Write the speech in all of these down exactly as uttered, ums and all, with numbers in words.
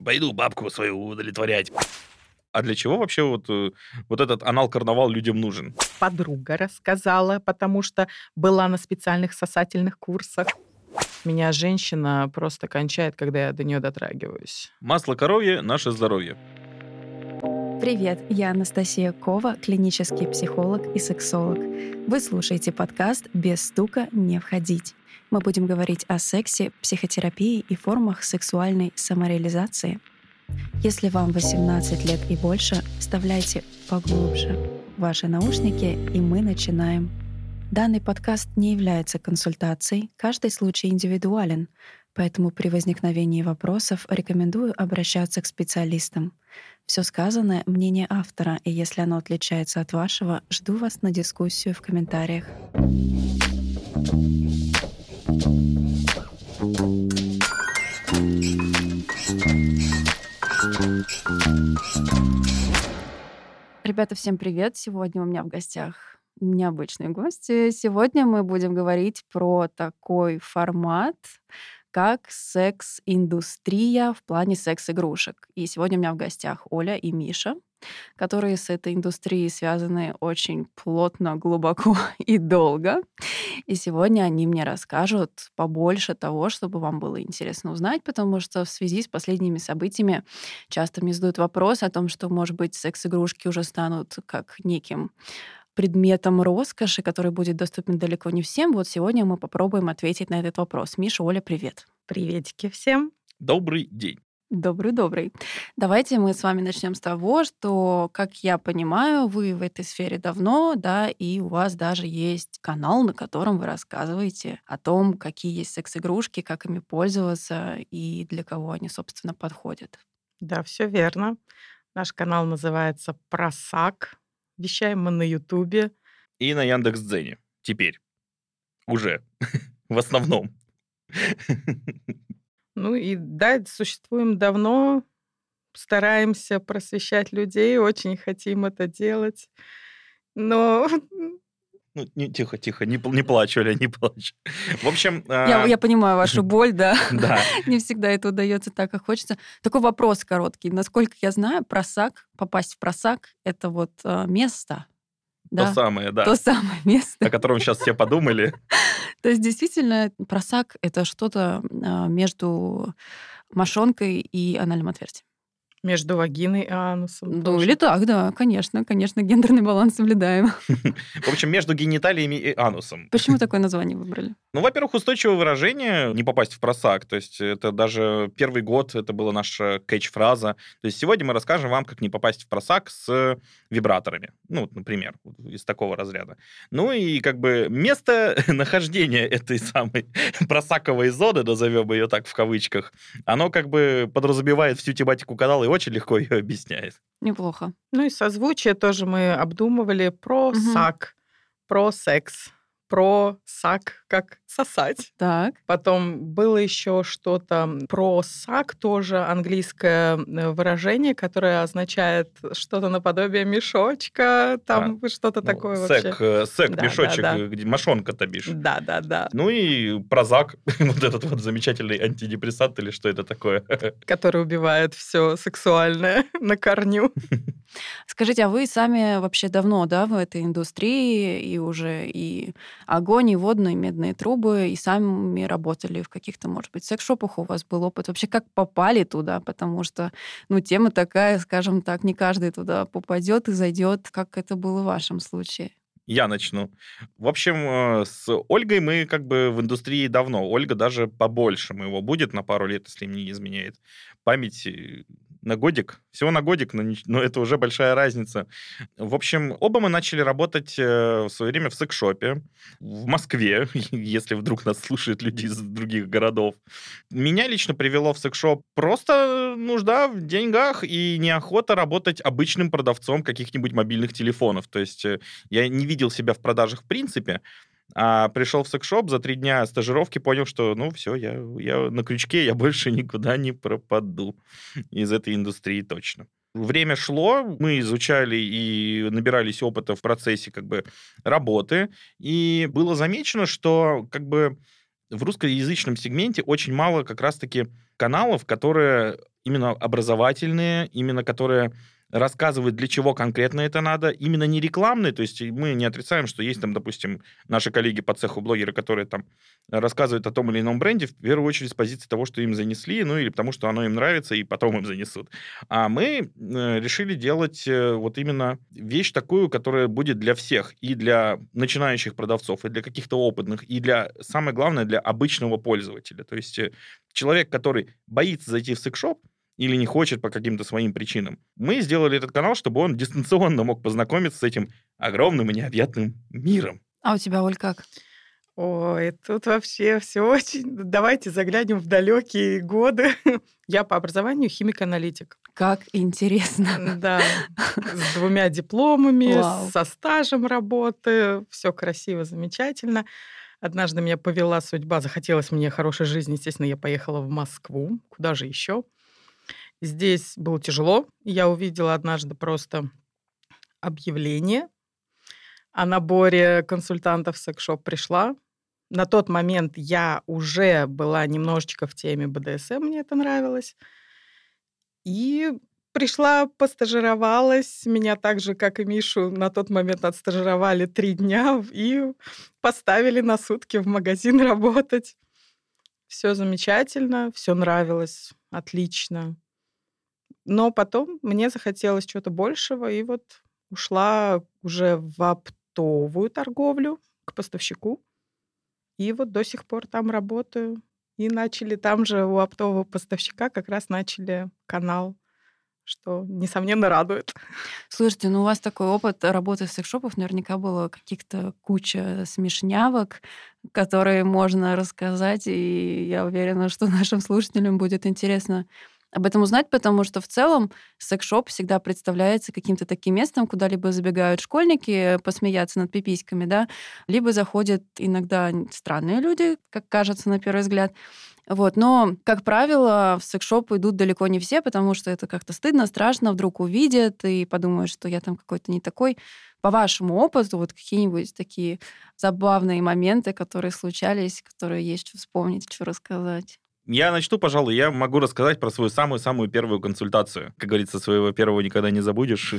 Пойду бабку свою удовлетворять. А для чего вообще вот, вот этот анал-карнавал людям нужен? Подруга рассказала, потому что была на специальных сосательных курсах. Меня женщина просто кончает, когда я до нее дотрагиваюсь. Масло коровье – наше здоровье. Привет, я Анастасия Кова, клинический психолог и сексолог. Вы слушаете подкаст «Без стука не входить». Мы будем говорить о сексе, психотерапии и формах сексуальной самореализации. Если вам восемнадцать лет и больше, вставляйте поглубже ваши наушники, и мы начинаем. Данный подкаст не является консультацией, каждый случай индивидуален, поэтому при возникновении вопросов рекомендую обращаться к специалистам. Все сказанное — мнение автора, и если оно отличается от вашего, жду вас на дискуссию в комментариях. Ребята, всем привет! Сегодня у меня в гостях необычные гости. Сегодня мы будем говорить про такой формат, как секс-индустрия в плане секс-игрушек. И сегодня у меня в гостях Оля и Миша, которые с этой индустрией связаны очень плотно, глубоко и долго. И сегодня они мне расскажут побольше того, чтобы вам было интересно узнать, потому что в связи с последними событиями часто мне задают вопрос о том, что, может быть, секс-игрушки уже станут как неким предметом роскоши, который будет доступен далеко не всем. Вот сегодня мы попробуем ответить на этот вопрос. Миша, Оля, привет. Приветики всем. Добрый день. Добрый-добрый. Давайте мы с вами начнем с того, что, как я понимаю, вы в этой сфере давно, да, и у вас даже есть канал, на котором вы рассказываете о том, какие есть секс-игрушки, как ими пользоваться и для кого они, собственно, подходят. Да, все верно. Наш канал называется «Просак». Вещаем мы на Ютубе. И на Яндекс.Дзене. Теперь. Уже. В основном. Ну и да, существуем давно, стараемся просвещать людей, очень хотим это делать, но... Ну, не, тихо, тихо, не, не плачь, Оля, не плачь. В общем... Я, а... я понимаю вашу боль, да. Да. Не всегда это удается так, как хочется. Такой вопрос короткий. Насколько я знаю, просак, попасть в просак — это вот место. То Да? самое, да. То самое место. О котором сейчас все подумали. То есть действительно просак — это что-то между мошонкой и анальным отверстием. Между вагиной и анусом. Ну, тоже. или так, да, конечно. Конечно, гендерный баланс соблюдаем. В общем, между гениталиями и анусом. Почему такое название выбрали? Ну, во-первых, устойчивое выражение «не попасть в просак». То есть это даже первый год, это была наша кэтч-фраза. То есть сегодня мы расскажем вам, как не попасть в просак с вибраторами. Ну, например, из такого разряда. Ну и как бы место нахождения этой самой просаковой зоны, назовем ее так в кавычках, оно как бы подразумевает всю тематику канала и очень легко ее объясняет. Неплохо. Ну и созвучие тоже мы обдумывали про Мгм. сак, про секс, про сак, как сосать. Так. Потом было еще что-то про сак, тоже английское э, выражение, которое означает что-то наподобие мешочка, там что-то Ну, такое сэк, вообще. э, сэк, Да, мешочек, да, да. где мошонка-то бишь. Да, да, да. Ну и прозак, вот этот вот замечательный антидепрессант или что это такое. Который убивает все сексуальное на корню. Скажите, а вы сами вообще давно, да, в этой индустрии, и уже и огонь, и водные, и медные трубы, и сами работали в каких-то, может быть, секс-шопах, у вас был опыт? Вообще, как попали туда? Потому что, ну, тема такая, скажем так, не каждый туда попадет и зайдет. Как это было в вашем случае? Я начну. В общем, э, с Ольгой мы как бы в индустрии давно. Ольга даже побольше моего будет на пару лет, если мне не изменяет память. э, На годик. Всего на годик, но, нич- но это уже большая разница. В общем, оба мы начали работать э, в свое время в секс-шопе в Москве, если вдруг нас слушают люди из других городов. Меня лично привело в секс-шоп просто нужда в деньгах и неохота работать обычным продавцом каких-нибудь мобильных телефонов. То есть э, я не видел себя в продажах в принципе, а пришел в секс-шоп, за три дня стажировки понял, что, ну, все, я, я на крючке, я больше никуда не пропаду из этой индустрии точно. Время шло, мы изучали и набирались опыта в процессе как бы работы, и было замечено, что как бы в русскоязычном сегменте очень мало как раз-таки каналов, которые именно образовательные, именно которые рассказывают, для чего конкретно это надо, именно не рекламные, то есть мы не отрицаем, что есть там, допустим, наши коллеги по цеху блогеры, которые там рассказывают о том или ином бренде, в первую очередь с позиции того, что им занесли, ну или потому, что оно им нравится, и потом им занесут. А мы э, решили делать э, вот именно вещь такую, которая будет для всех, и для начинающих продавцов, и для каких-то опытных, и для, самое главное, для обычного пользователя. То есть э, человек, который боится зайти в секс-шоп, или не хочет по каким-то своим причинам. Мы сделали этот канал, чтобы он дистанционно мог познакомиться с этим огромным и необъятным миром. А у тебя, Оль, как? Ой, тут вообще все очень... Давайте заглянем в далекие годы. Я по образованию химик-аналитик. Как интересно. Да, с двумя дипломами, Вау. со стажем работы. Все красиво, замечательно. Однажды меня повела судьба, захотелось мне хорошей жизни. Естественно, я поехала в Москву. Куда же еще? Здесь было тяжело. Я увидела однажды просто объявление о наборе консультантов в секс-шоп. Пришла. На тот момент я уже была немножечко в теме бэ дэ эс эм, мне это нравилось. И пришла, постажировалась. Меня так же, как и Мишу, на тот момент отстажировали три дня и поставили на сутки в магазин работать. Все замечательно, все нравилось, отлично. Но потом мне захотелось чего-то большего, и вот ушла уже в оптовую торговлю к поставщику. И вот до сих пор там работаю. И начали там же у оптового поставщика как раз начали канал, что, несомненно, радует. Слушайте, ну у вас такой опыт работы в секс-шопах, наверняка было каких-то куча смешнявок, которые можно рассказать, и я уверена, что нашим слушателям будет интересно об этом узнать, потому что в целом секс-шоп всегда представляется каким-то таким местом, куда либо забегают школьники посмеяться над пиписьками, да, либо заходят иногда странные люди, как кажется на первый взгляд. Вот. Но, как правило, в секс-шоп идут далеко не все, потому что это как-то стыдно, страшно, вдруг увидят и подумают, что я там какой-то не такой. По вашему опыту, вот какие-нибудь такие забавные моменты, которые случались, которые есть что вспомнить, что рассказать? Я начну, пожалуй, я могу рассказать про свою самую-самую первую консультацию. Как говорится, своего первого никогда не забудешь.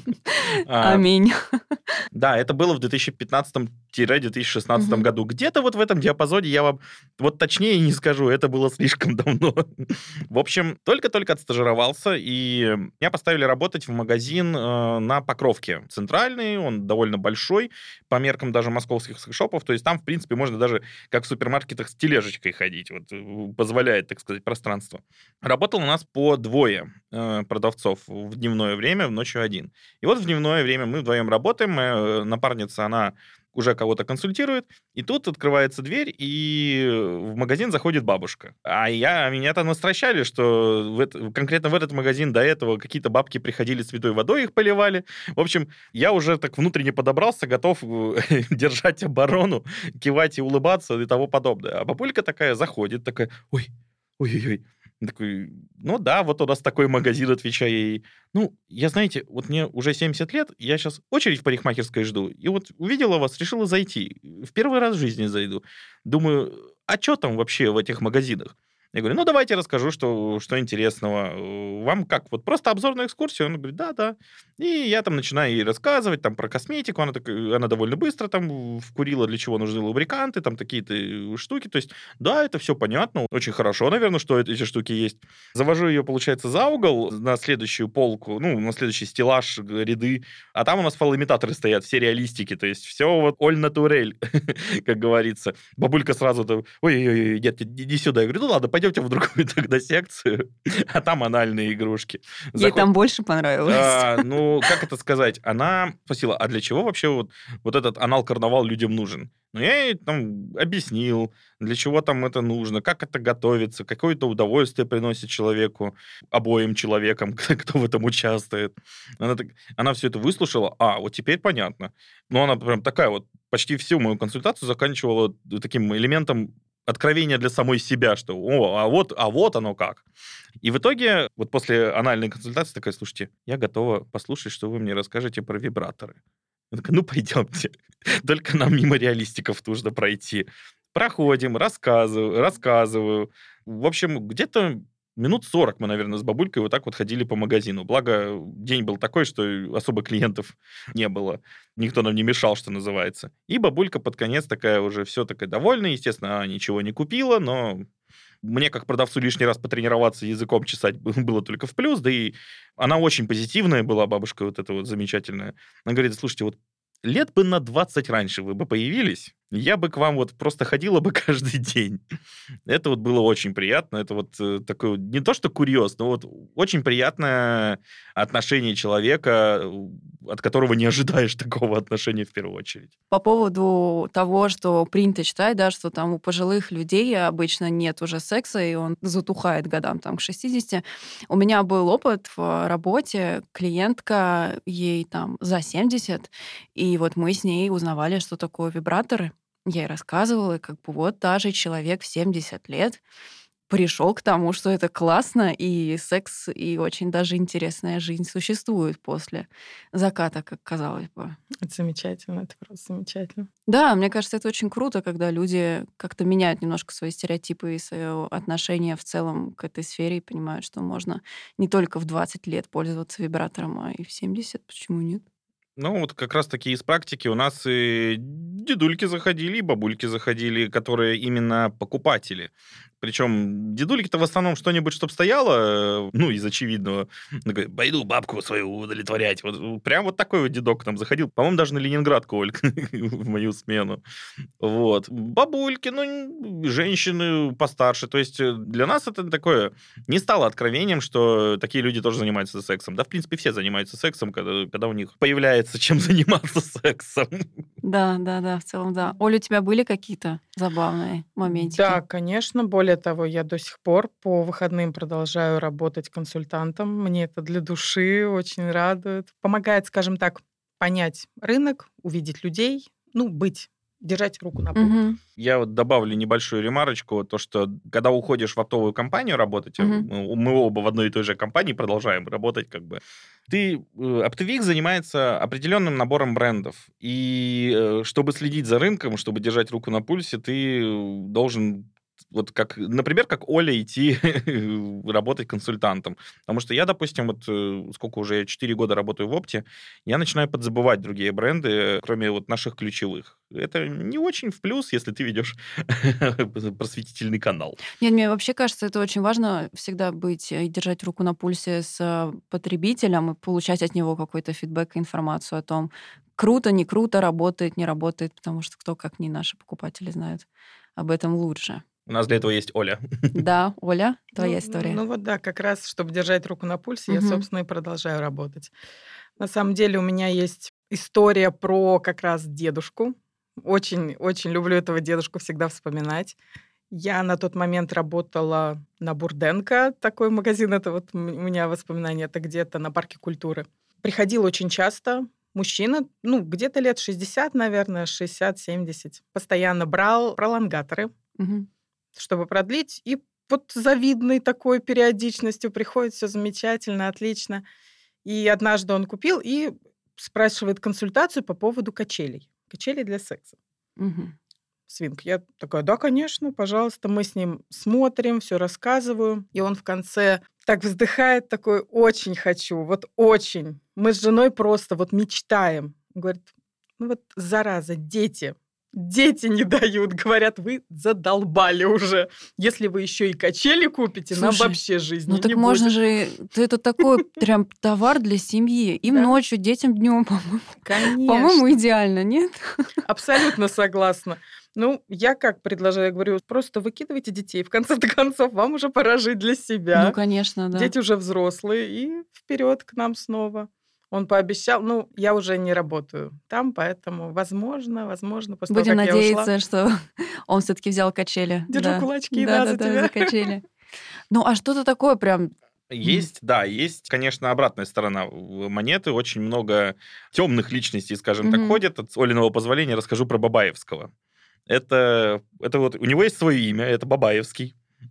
Аминь. Да, это было в две тысячи пятнадцатом — две тысячи шестнадцатом Мгм. году. Где-то вот в этом диапазоне я вам вот точнее не скажу, это было слишком давно. В общем, только-только отстажировался, и меня поставили работать в магазин э, на Покровке. Центральный, он довольно большой, по меркам даже московских секс-шопов. То есть там, в принципе, можно даже, как в супермаркетах, с тележечкой ходить. Вот, э, позволяет, так сказать, пространство. Работал у нас по двое э, продавцов в дневное время, в ночью один. И вот в дневное время мы вдвоем работаем, моя э, напарница, она уже кого-то консультирует, и тут открывается дверь, и в магазин заходит бабушка. А я, меня-то настращали, что в это, конкретно в этот магазин до этого какие-то бабки приходили, святой водой их поливали. В общем, я уже так внутренне подобрался, готов держать оборону, кивать и улыбаться и того подобное. А бабулька такая заходит, такая, ой, ой-ой-ой. Такой, ну да, вот у нас такой магазин, отвечаю ей. Ну, я, знаете, вот мне уже семьдесят лет, я сейчас очередь в парикмахерской жду, и вот увидела вас, решила зайти. В первый раз в жизни зайду. Думаю, а что там вообще в этих магазинах? Я говорю, ну, давайте расскажу, что, что интересного. Вам как, вот просто обзорную экскурсию? Он говорит, да-да. И я там начинаю ей рассказывать там, про косметику. Она, так, она довольно быстро там вкурила, для чего нужны лубриканты, там такие-то штуки. То есть, да, это все понятно. Очень хорошо, наверное, что эти штуки есть. Завожу ее, получается, за угол на следующую полку, ну, на следующий стеллаж, ряды. А там у нас фалоимитаторы стоят, все реалистики. То есть, все вот оль натурель, как говорится. Бабулька сразу, ой-ой-ой, нет, иди сюда. Я говорю, ну ладно, пойдемте в другую тогда секцию, а там анальные игрушки. Ей Заход... там больше понравилось. А, ну, как это сказать? Она спросила, а для чего вообще вот, вот этот анал-карнавал людям нужен? Ну, я ей там объяснил, для чего там это нужно, как это готовится, какое-то удовольствие приносит человеку, обоим человекам, кто в этом участвует. Она, так, она все это выслушала, а, вот теперь понятно. Но она прям такая вот, почти всю мою консультацию заканчивала таким элементом откровение для самой себя, что о, а вот, а вот оно как. И в итоге, вот после анальной консультации такая, слушайте, я готова послушать, что вы мне расскажете про вибраторы. Я такая, ну, пойдемте. Только нам мимо реалистиков нужно пройти. Проходим, рассказываю, рассказываю. В общем, где-то минут сорок мы, наверное, с бабулькой вот так вот ходили по магазину. Благо, день был такой, что особо клиентов не было. Никто нам не мешал, что называется. И бабулька под конец такая уже все такая довольная. Естественно, она ничего не купила, но мне, как продавцу, лишний раз потренироваться, языком чесать было только в плюс. Да и она очень позитивная была, бабушка вот эта вот замечательная. Она говорит, слушайте, вот лет бы на двадцать раньше вы бы появились, я бы к вам вот просто ходила бы каждый день. Это вот было очень приятно. Это вот э, такой вот, не то что курьез, но вот очень приятное отношение человека, от которого не ожидаешь такого отношения в первую очередь. По поводу того, что принято считать, да, что там у пожилых людей обычно нет уже секса, и он затухает годам там, к шестидесяти. У меня был опыт в работе. Клиентка, ей там за семьдесят, и вот мы с ней узнавали, что такое вибраторы. Я ей рассказывала, и как бы вот даже человек в семьдесят лет пришел к тому, что это классно, и секс, и очень даже интересная жизнь существует после заката, как казалось бы. Это замечательно, это просто замечательно. Да, мне кажется, это очень круто, когда люди как-то меняют немножко свои стереотипы и свое отношение в целом к этой сфере и понимают, что можно не только в двадцать лет пользоваться вибратором, а и в семьдесят, почему нет? Ну, вот как раз-таки из практики у нас и дедульки заходили, и бабульки заходили, которые именно покупатели. Причем дедульки-то в основном что-нибудь, чтоб стояло, ну, из очевидного. Такой, пойду бабку свою удовлетворять. Вот прям вот такой вот дедок к нам заходил. По-моему, даже на Ленинградку, Ольга, в мою смену. Вот. Бабульки, ну, женщины постарше. То есть для нас это такое не стало откровением, что такие люди тоже занимаются сексом. Да, в принципе, все занимаются сексом, когда, когда у них появляется чем заниматься сексом. Да, да, да, в целом, да. Оля, у тебя были какие-то забавные моментики? Да, конечно. Более того, я до сих пор по выходным продолжаю работать консультантом. Мне это для души очень радует. Помогает, скажем так, понять рынок, увидеть людей, ну, быть, держать руку на пульсе. Мгм. Я вот добавлю небольшую ремарочку, то, что когда уходишь в оптовую компанию работать, Мгм. мы мы оба в одной и той же компании продолжаем работать, как бы, ты, э, оптовик занимается определенным набором брендов. И э, чтобы следить за рынком, чтобы держать руку на пульсе, ты э, должен вот как, например, как Оля идти работать консультантом. Потому что я, допустим, вот э, сколько уже, я четыре года работаю в опте, я начинаю подзабывать другие бренды, э, кроме вот наших ключевых. Это не очень в плюс, если ты ведешь просветительный канал. Нет, мне вообще кажется, это очень важно всегда быть и держать руку на пульсе с э, потребителем и получать от него какой-то фидбэк, информацию о том, круто, не круто, работает, не работает, потому что кто, как не наши покупатели, знают об этом лучше. У нас для этого есть Оля. Да, Оля, твоя Ну, история. ну вот да, как раз, чтобы держать руку на пульсе, я, Мгм. собственно, и продолжаю работать. На самом деле у меня есть история про как раз дедушку. Очень, очень люблю этого дедушку всегда вспоминать. Я на тот момент работала на Бурденко, такой магазин, это вот м- у меня воспоминания, это где-то на Парке культуры. Приходил очень часто мужчина, ну, где-то лет шестьдесят, наверное, шестьдесят-семьдесят. Постоянно брал пролонгаторы, Мгм. чтобы продлить. И вот с завидной такой периодичностью приходит, все замечательно, отлично. И однажды он купил и спрашивает консультацию по поводу качелей. Качелей для секса. Мгм. Свинг. Я такая, да, конечно, пожалуйста. Мы с ним смотрим, все рассказываю. И он в конце так вздыхает, такой, очень хочу, вот очень. Мы с женой просто вот мечтаем. Он говорит, ну вот зараза, дети. Дети не дают. Говорят, вы задолбали уже. Если вы еще и качели купите, нам Слушай, вообще жизни Ну так не можно будет. же, ты- это такой прям товар для семьи. Им Да. ночью, детям днем, по-моему, Конечно. по-моему, идеально, нет? Абсолютно согласна. Ну, я как предложила, я говорю, просто выкидывайте детей. В конце концов, вам уже пора жить для Ну, себя. конечно, да. Дети уже взрослые, и вперед к нам снова. Он пообещал, ну, я уже не работаю там, поэтому, возможно, возможно, после Будем того, как я ушла, надеяться, что он все-таки взял качели. держу Да. кулачки, да, за Да-да-да, тебя. за качели. Ну, а что-то такое прям... М. Есть, да, есть, конечно, обратная сторона в- монеты. Очень много темных личностей, скажем так, Мгм. ходят. От Олиного позволения расскажу про Бабаевского. Это, это вот, у него есть свое имя, это Бабаевский.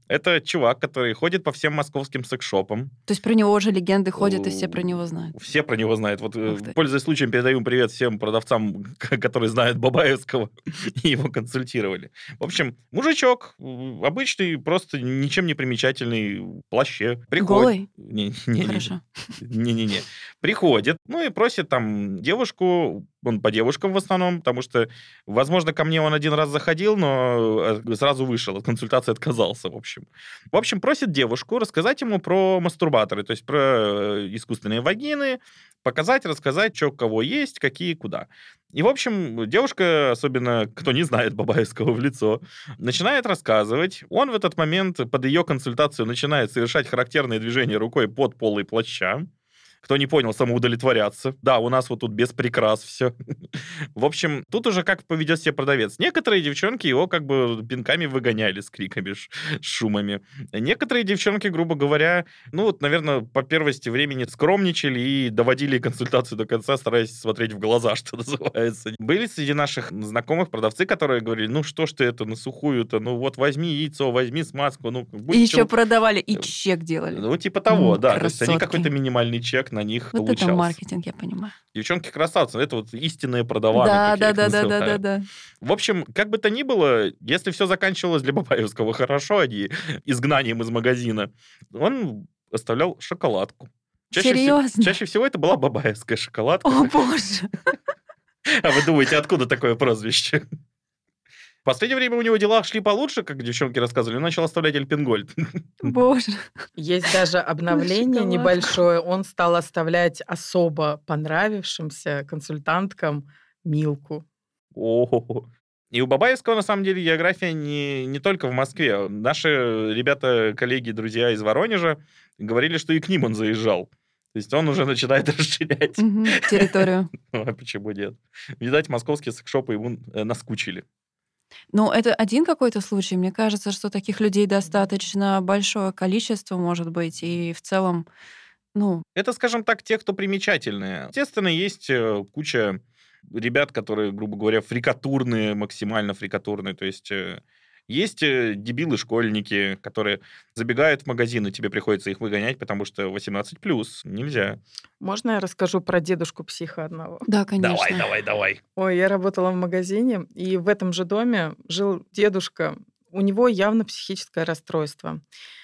Это чувак, который ходит по всем московским секс-шопам. То есть про него уже легенды ходят, и все про него знают? Все про него знают. Вот, пользуясь случаем, передаю привет всем продавцам, которые знают Бабаевского и его консультировали. В общем, мужичок обычный, просто ничем не примечательный, в плаще. Голый? Не, не, Хорошо. Не-не-не. Приходит, ну и просит там девушку, он по девушкам в основном, потому что, возможно, ко мне он один раз заходил, но сразу вышел, от консультации отказался, в общем. В общем, просит девушку рассказать ему про мастурбаторы, то есть про искусственные вагины, показать, рассказать, что у кого есть, какие, куда. И, в общем, девушка, особенно кто не знает Бабаевского в лицо, начинает рассказывать. Он в этот момент под ее консультацию начинает совершать характерные движения рукой под полой плаща. Кто не понял, самоудовлетворяться. Да, у нас вот тут без прикрас все. В общем, тут уже как поведет себя продавец. Некоторые девчонки его как бы пинками выгоняли с криками, с шумами. Некоторые девчонки, грубо говоря, ну вот, наверное, по первости времени скромничали и доводили консультацию до конца, стараясь смотреть в глаза, что называется. Были среди наших знакомых продавцы, которые говорили, ну что ж ты это на сухую-то, ну вот возьми яйцо, возьми смазку. Ну, и еще чел... продавали, и чек делали. Ну типа того, М, да. красотки. То есть они какой-то минимальный чек на них вот получался. Это маркетинг, я понимаю. Девчонки красавцы, это вот истинные продаваны. Да, да, да, да, да, да, да. В общем, как бы то ни было, если все заканчивалось для Бабаевского хорошо, а не изгнанием из магазина, он оставлял шоколадку. Чаще Серьезно? Всего, чаще всего это была бабаевская шоколадка. О, боже! А вы думаете, откуда такое прозвище? В последнее время у него дела шли получше, как девчонки рассказывали, он начал оставлять Альпенгольд. Боже. Есть даже обновление небольшое. Он стал оставлять особо понравившимся консультанткам Милку. О, и у Бабаевского, на самом деле, география не, не только в Москве. Наши ребята, коллеги, друзья из Воронежа говорили, что и к ним он заезжал. То есть он уже начинает расширять угу, территорию. Ну, а почему нет? Видать, московские секс-шопы ему наскучили. Ну, это один какой-то случай. Мне кажется, что таких людей достаточно большое количество, может быть, и в целом, ну... Это, скажем так, те, кто примечательные. Естественно, есть куча ребят, которые, грубо говоря, фрикатурные, максимально фрикатурные. То есть есть дебилы-школьники, которые забегают в магазин, и тебе приходится их выгонять, потому что восемнадцать плюс, нельзя. Можно я расскажу про дедушку-психа одного? Да, конечно. Давай, давай, давай. Ой, я работала в магазине, и в этом же доме жил дедушка. У него явно психическое расстройство.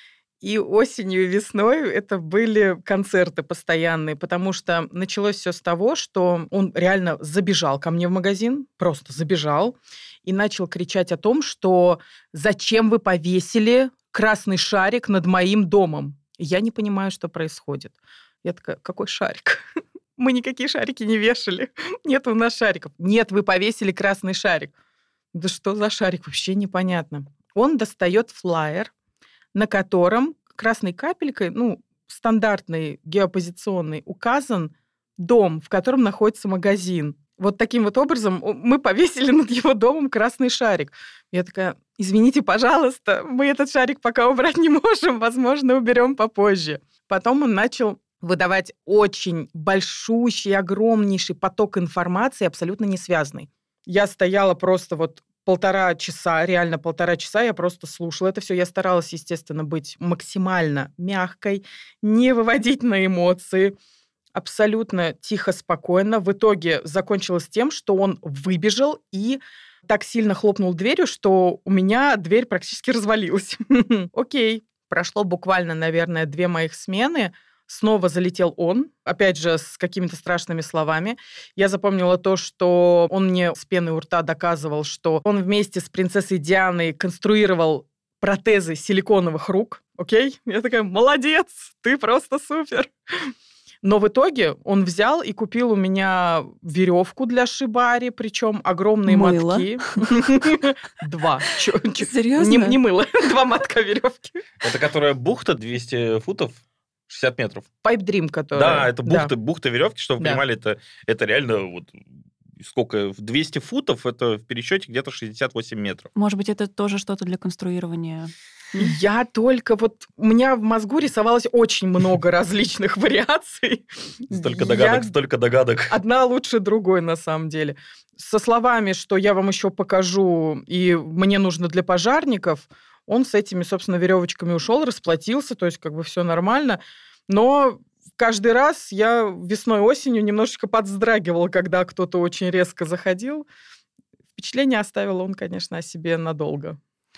И осенью и весной это были концерты постоянные, потому что началось все с того, что он реально забежал ко мне в магазин, просто забежал, и начал кричать о том, что «Зачем вы повесили красный шарик над моим домом?» Я не понимаю, что происходит. Я такая, какой шарик? Мы никакие шарики не вешали. Нет у нас шариков. Нет, вы повесили красный шарик. Да что за шарик? Вообще непонятно. Он достает флаер, на котором красной капелькой, ну, стандартный, геопозиционный, указан дом, в котором находится магазин. Вот таким вот образом мы повесили над его домом красный шарик. Я такая, извините, пожалуйста, мы этот шарик пока убрать не можем, возможно, уберем попозже. Потом он начал выдавать очень большущий, огромнейший поток информации, абсолютно не связанный. Я стояла просто вот полтора часа, реально полтора часа, я просто слушала это все. Я старалась, естественно, быть максимально мягкой, не выводить на эмоции, абсолютно тихо, спокойно. В итоге закончилось тем, что он выбежал и так сильно хлопнул дверью, что у меня дверь практически развалилась. Окей. Прошло буквально, наверное, две моих смены. Снова залетел он, опять же, с какими-то страшными словами. Я запомнила то, что он мне с пеной у рта доказывал, что он вместе с принцессой Дианой конструировал протезы силиконовых рук. Окей? Я такая, молодец, ты просто супер. Но в итоге он взял и купил у меня веревку для шибари, причем огромные мыло. мотки. Два. Серьезно? Не мыло, два мотка веревки. Это которая бухта двести футов? шестьдесят метров. Pipe Dream, который... Да, это бухта, да. бухта веревки, чтобы вы да. понимали, это, это реально вот сколько, двести футов, это в пересчете где-то шестьдесят восемь метров. Может быть, это тоже что-то для конструирования? Я только вот... У меня в мозгу рисовалось очень много различных вариаций. Столько догадок, столько догадок. Одна лучше другой, на самом деле. Со словами, что я вам еще покажу, и мне нужно для пожарников, Он с этими, собственно, веревочками ушел, расплатился, то есть как бы все нормально. Но каждый раз я весной-осенью немножечко подздрагивала, когда кто-то очень резко заходил. Впечатление оставил он, конечно, о себе надолго.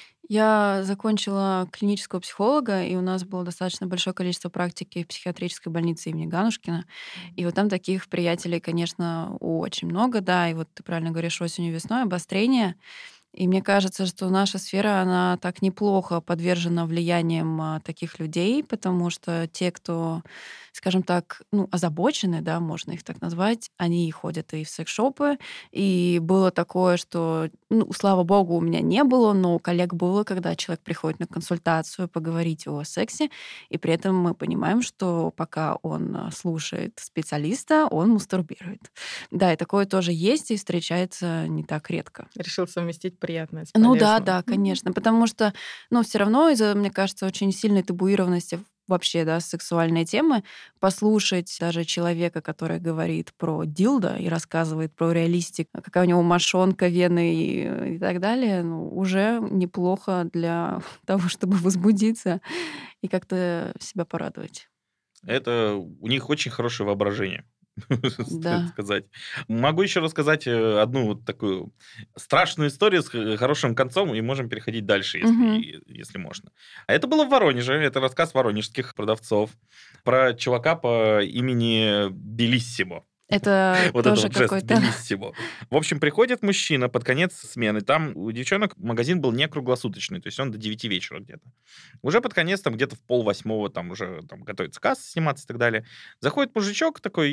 Я закончила клинического психолога, и у нас было достаточно большое количество практики в психиатрической больнице имени Ганушкина. И вот там таких приятелей, конечно, очень много, да. И вот ты правильно говоришь, осенью, весной обострение. И мне кажется, что наша сфера, она так неплохо подвержена влиянием а, таких людей, потому что те, кто, скажем так, ну, озабочены, да, можно их так назвать, они ходят и в секс-шопы. И было такое, что, ну, слава богу, у меня не было, но у коллег было, когда человек приходит на консультацию поговорить о сексе, и при этом мы понимаем, что пока он а, слушает специалиста, он мастурбирует. Да, и такое тоже есть, и встречается не так редко. Решил совместить приятное с Ну да, полезным. да, конечно. Потому что, ну, все равно из-за, мне кажется, очень сильной табуированности вообще, да, сексуальной темы, послушать даже человека, который говорит про дилдо и рассказывает про реалистик, какая у него мошонка, вены и, и так далее, ну, уже неплохо для того, чтобы возбудиться и как-то себя порадовать. Это у них очень хорошее воображение, стоит Да. сказать. Могу еще рассказать э, одну вот такую страшную историю с х- хорошим концом, и можем переходить дальше, Мгм. если, если можно. А это было в Воронеже, это рассказ воронежских продавцов про чувака по имени Белиссимо. Это Вот это тоже вот жест какой-то... белиссимо. В общем, приходит мужчина под конец смены. Там у девчонок магазин был не круглосуточный, то есть он до девяти вечера где-то. Уже под конец, там где-то в полвосьмого, там уже там, готовится касса сниматься и так далее. Заходит мужичок такой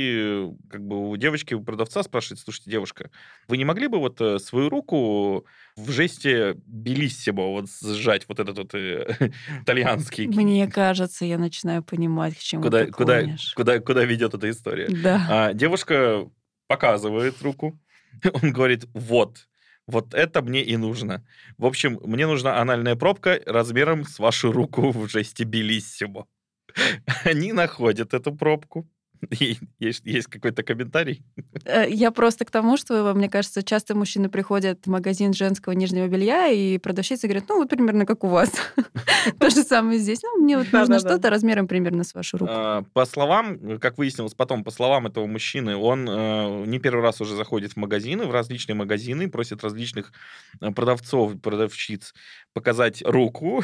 и как бы у девочки, у продавца спрашивает: слушайте, девушка, вы не могли бы вот э, свою руку в жесте белиссимо вот сжать, вот этот вот э, итальянский, Мне кажется, я начинаю понимать, к чему куда, ты куда, клонишь. куда, куда ведет эта история. Да. А девушка показывает руку. Он говорит: вот, вот это мне и нужно. В общем, мне нужна анальная пробка размером с вашу руку в жесте белиссимо. Они находят эту пробку. И Есть, есть какой-то комментарий? Э, Я просто к тому, что, мне кажется, часто мужчины приходят в магазин женского нижнего белья, и продавщица говорит, ну, вот примерно как у вас. То же самое здесь. Ну, мне вот нужно Да-да-да. что-то размером примерно с вашу руку. А, По словам, как выяснилось потом, по словам этого мужчины, он э, не первый раз уже заходит в магазины, в различные магазины, просит различных э, продавцов, продавщиц показать руку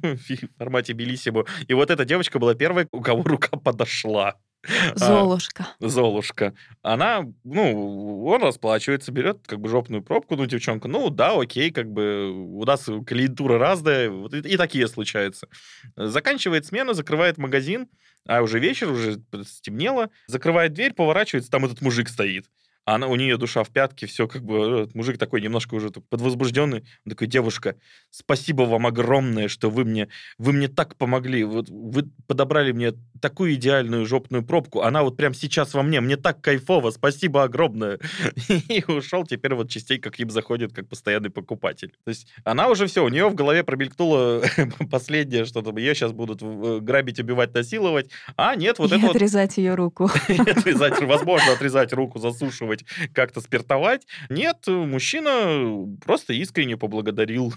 в формате белиссимо. И вот эта девочка была первой, у кого рука подошла. А, Золушка. Золушка. Она, ну, он расплачивается, берет как бы жопную пробку, ну, девчонка, ну, да, окей, как бы у нас клиентура разная, вот и, и такие случаются. Заканчивает смену, закрывает магазин, а уже вечер, уже стемнело, закрывает дверь, поворачивается, там этот мужик стоит. А она, у нее душа в пятке, все как бы, этот мужик такой немножко уже подвозбужденный. Он такой: девушка, спасибо вам огромное, что вы мне, вы мне так помогли. Вот вы подобрали мне такую идеальную жопную пробку. Она вот прямо сейчас во мне. Мне так кайфово. Спасибо огромное. И ушел. Теперь вот частенько к ним заходит как постоянный покупатель. То есть она уже все, у нее в голове промелькнуло последнее, что там ее сейчас будут э, грабить, убивать, насиловать. А нет, вот И это вот отрезать ее руку. отрезать, возможно, отрезать руку, засушивать, как-то спиртовать. Нет, мужчина просто искренне поблагодарил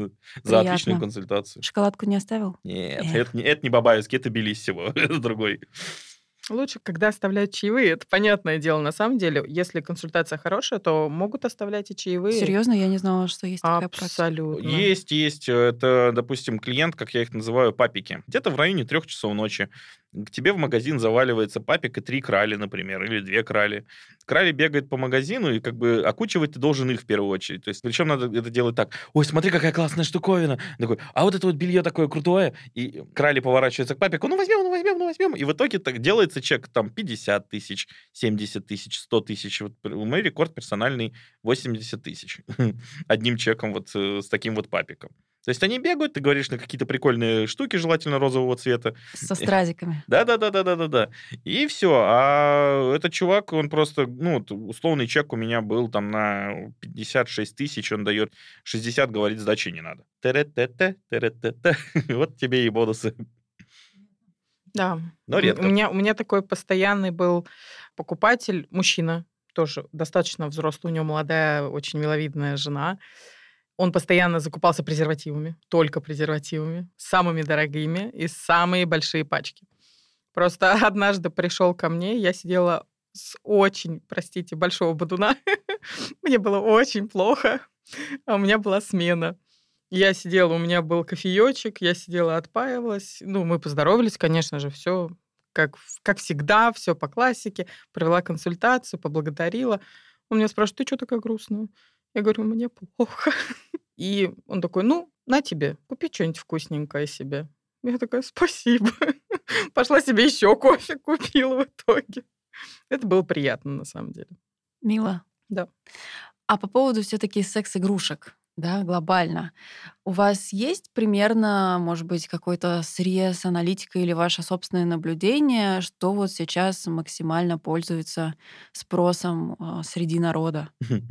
за отличную Приятно. консультацию. Шоколадку не оставил? Нет, Эх. это, не- это не Бабаевский, это Белиссимо, это другой. Лучше, когда оставляют чаевые, это понятное дело. На самом деле, если консультация хорошая, то могут оставлять и чаевые. Серьезно, я не знала, что есть такая практика. Абсолютно. Есть, есть. Это, допустим, клиент, как я их называю, папики. Где-то в районе трех часов ночи к тебе в магазин заваливается папик и три крали, например, или две крали. Крали бегает по магазину, и как бы окучивать ты должен их в первую очередь. То есть, причем надо это делать так: ой, смотри, какая классная штуковина. Такой: а вот это вот белье такое крутое. И крали поворачивается к папику: ну возьмем, ну возьмем, ну возьмем. И в итоге так делается чек там пятьдесят тысяч, семьдесят тысяч, сто тысяч. Вот мой рекорд персональный восемьдесят тысяч. Одним чеком вот э, с таким вот папиком. То есть они бегают, ты говоришь на какие-то прикольные штуки, желательно розового цвета. Со стразиками. Да-да-да-да-да-да. И все. А этот чувак, он просто, ну, вот условный чек у меня был там на пятьдесят шесть тысяч, он дает шестьдесят, говорит, сдачи не надо. Тэ-рэ-тэ-тэ, тэ-рэ-тэ-тэ. Вот тебе и бонусы. Да. Но У редко. меня, у меня такой постоянный был покупатель, мужчина, тоже достаточно взрослый, у него молодая, очень миловидная жена. Он постоянно закупался презервативами, только презервативами, самыми дорогими и самые большие пачки. Просто однажды пришел ко мне, я сидела с очень, простите, большого бодуна. Мне было очень плохо, а у меня была смена. Я сидела, у меня был кофеечек, я сидела, отпаивалась. Ну, мы поздоровались, конечно же, все как, как всегда, все по классике. Провела консультацию, поблагодарила. Он меня спрашивает, ты что такая грустная? Я говорю, мне плохо. И он такой, ну, на тебе, купи что-нибудь вкусненькое себе. Я такая, спасибо. Пошла себе еще кофе купила в итоге. Это было приятно, на самом деле. Мило. Да. А по поводу все-таки секс-игрушек, да, глобально. У вас есть примерно, может быть, какой-то срез, аналитика или ваше собственное наблюдение, что вот сейчас максимально пользуется спросом э, среди народа?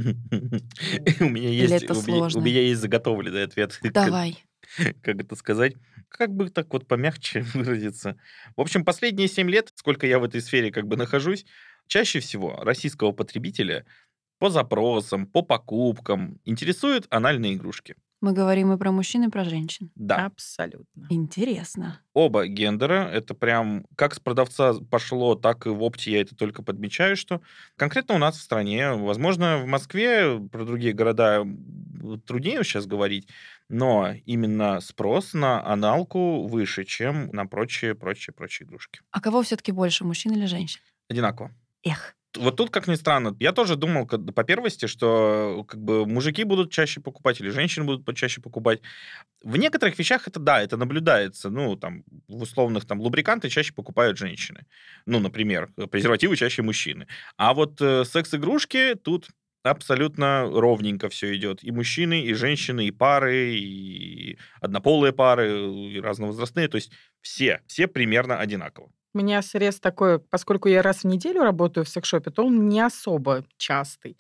У меня Или есть, это у меня, у сложно? меня есть заготовленный ответ. Как, Давай. как это сказать? Как бы так вот помягче выразиться. В общем, последние семь лет, сколько я в этой сфере как бы нахожусь, чаще всего российского потребителя по запросам, по покупкам интересуют анальные игрушки. Мы говорим и про мужчин, и про женщин. Да, Абсолютно. Интересно. оба гендера, это прям как с продавца пошло, так и в опте я это только подмечаю, что конкретно у нас в стране, возможно, в Москве, про другие города м, труднее сейчас говорить, но именно спрос на аналку выше, чем на прочие, прочие, прочие игрушки. А кого все-таки больше, мужчин или женщин? Одинаково. Эх. Вот тут, как ни странно, я тоже думал как- по первости, что как бы мужики будут чаще покупать или женщины будут по- чаще покупать. В некоторых вещах это да, это наблюдается. Ну, там, в условных там лубриканты чаще покупают женщины. Ну, например, презервативы чаще мужчины. А вот э, секс-игрушки тут абсолютно ровненько все идет. И мужчины, и женщины, и пары, и однополые пары, и разновозрастные. То есть все, все примерно одинаково. У меня срез такой, поскольку я раз в неделю работаю в секс-шопе, то он не особо частый.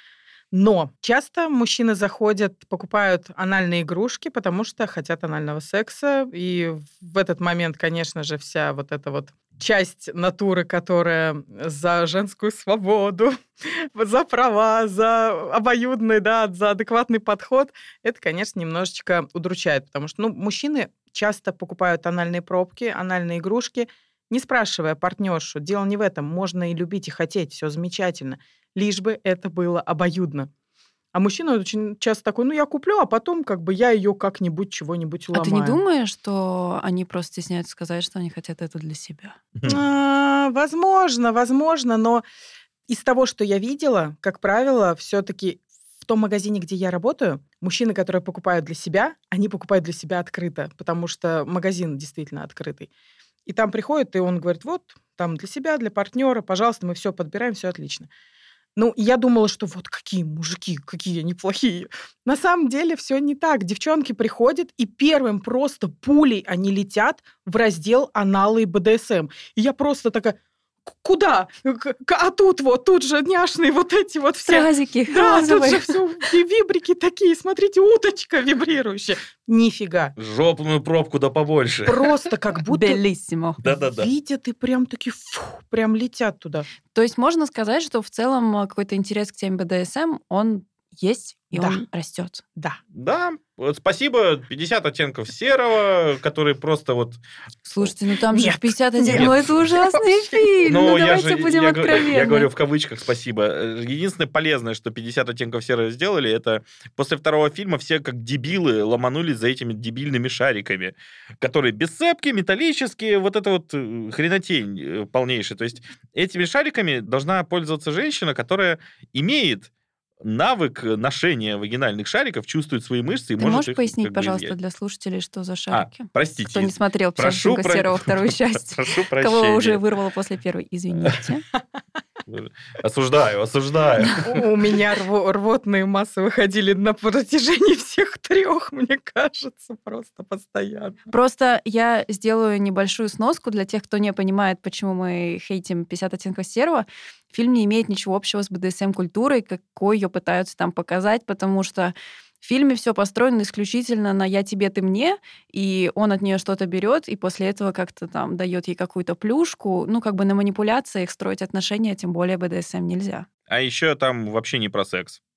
Но часто мужчины заходят, покупают анальные игрушки, потому что хотят анального секса. И в этот момент, конечно же, вся вот эта вот часть натуры, которая за женскую свободу, за права, за обоюдный, да, за адекватный подход, это, конечно, немножечко удручает, потому что, ну, мужчины часто покупают анальные пробки, анальные игрушки, не спрашивая партнершу. Дело не в этом. Можно и любить, и хотеть, все замечательно. Лишь бы это было обоюдно. А мужчина очень часто такой, ну, я куплю, а потом как бы я ее как-нибудь чего-нибудь А уломаю. ты не думаешь, что они просто стесняются сказать, что они хотят это для себя? А, возможно, возможно, но из того, что я видела, как правило, все-таки в том магазине, где я работаю, мужчины, которые покупают для себя, они покупают для себя открыто, потому что магазин действительно открытый. И там приходит, и он говорит, вот, там для себя, для партнера, пожалуйста, мы все подбираем, все отлично. Ну, я думала, что вот какие мужики, какие они плохие. На самом деле все не так. Девчонки приходят, и первым просто пулей они летят в раздел аналы и бэ дэ эс эм. И я просто такая, куда? А тут вот, тут же няшные вот эти вот все. Стразики, Да, тут розовые. же все вибрики такие. Смотрите, уточка вибрирующая. Нифига. Жопную пробку да побольше. Просто как будто Белиссимо. Да-да-да. видят и прям такие, фу, прям летят туда. То есть можно сказать, что в целом э, какой-то интерес к теме бэ дэ эс эм, он есть и Да. он растет. Да. Да, вот спасибо. пятьдесят оттенков серого, который просто вот... Слушайте, ну там же Нет. в пятьдесят один, Нет. ну это ужасный фильм. Ну, я давайте же- будем я, говорю- откровенны. я говорю в кавычках спасибо. Э, Единственное полезное, что пятьдесят оттенков серого сделали, это после второго фильма все как дебилы ломанулись за этими дебильными шариками, которые без цепки, металлические, вот это вот э, хренотень э, полнейшая. То есть этими шариками должна пользоваться женщина, которая имеет навык ношения вагинальных шариков, чувствует свои мышцы и Ты может можешь их пояснить, как бы пожалуйста, изъять. для слушателей, что за А, шарики? простите. Кто не смотрел Прошу «пятьдесят оттенков про- серого» вторую часть, Прошу кого прощения. уже вырвало после первой, извините. Осуждаю, осуждаю. У меня рво- рвотные массы выходили на протяжении всех трех, мне кажется, просто постоянно. Просто я сделаю небольшую сноску для тех, кто не понимает, почему мы хейтим «пятьдесят оттенков серого». Фильм не имеет ничего общего с бэ дэ эс эм-культурой, какой ее пытаются там показать, потому что в фильме все построено исключительно на «я тебе, ты мне», и он от нее что-то берет, и после этого как-то там дает ей какую-то плюшку. Ну, как бы на манипуляциях строить отношения, тем более бэ дэ эс эм нельзя. А еще там вообще не про секс.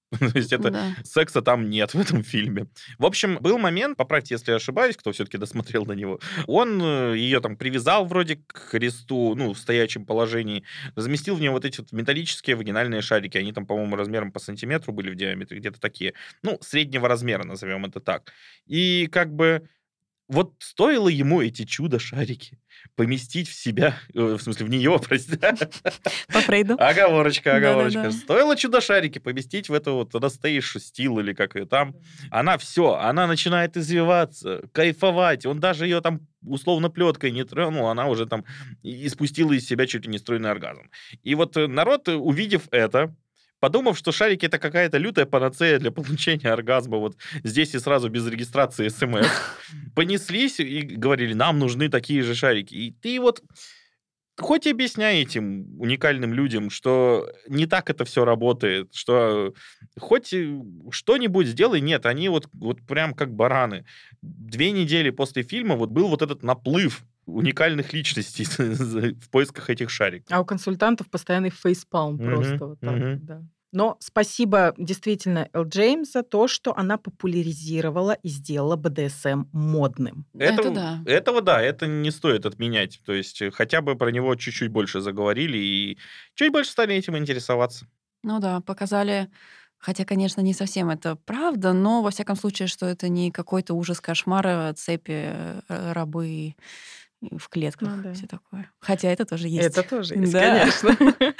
То есть это Да. секса там нет в этом фильме. В общем, был момент, поправьте, если я ошибаюсь, кто все-таки досмотрел на него, он э, ее там привязал вроде к кресту, ну, в стоячем положении, разместил в нее вот эти вот металлические вагинальные шарики. Они там, по-моему, размером по сантиметру были в диаметре, где-то такие. Ну, среднего размера, назовем это так. И как бы вот стоило ему эти чудо-шарики поместить в себя, э, в смысле, в нее, прости. По Фрейду. Оговорочка, оговорочка. Да-да-да. Стоило чудо-шарики поместить в эту вот Анастейшу Стил или как ее там. Она все, она начинает извиваться, кайфовать. Он даже ее там условно плеткой не тронул, она уже там и спустила из себя чуть ли не стройный оргазм. И вот э, народ, э, увидев это, подумав, что шарики это какая-то лютая панацея для получения оргазма, вот здесь и сразу без регистрации СМС, понеслись и говорили, нам нужны такие же шарики. И ты вот хоть и объясняй этим уникальным людям, что не так это все работает, что хоть и что-нибудь сделай, нет, они вот, вот прям как бараны. Две недели после фильма вот был вот этот наплыв уникальных личностей в поисках этих шариков. А у консультантов постоянный фейспалм Мгм, просто вот так, мгм. да. Но спасибо действительно Эл Джеймс за то, что она популяризировала и сделала бэ дэ эс эм модным. Это да. Этого, да, это не стоит отменять. То есть э, хотя бы про него чуть-чуть больше заговорили и чуть больше стали этим интересоваться. Ну да, показали, хотя, конечно, не совсем это правда, но, во всяком случае, что это не какой-то ужас кошмара, цепи, э, рабы и в клетках, Ну да. все такое. Хотя это тоже есть. Это тоже есть, Да. конечно.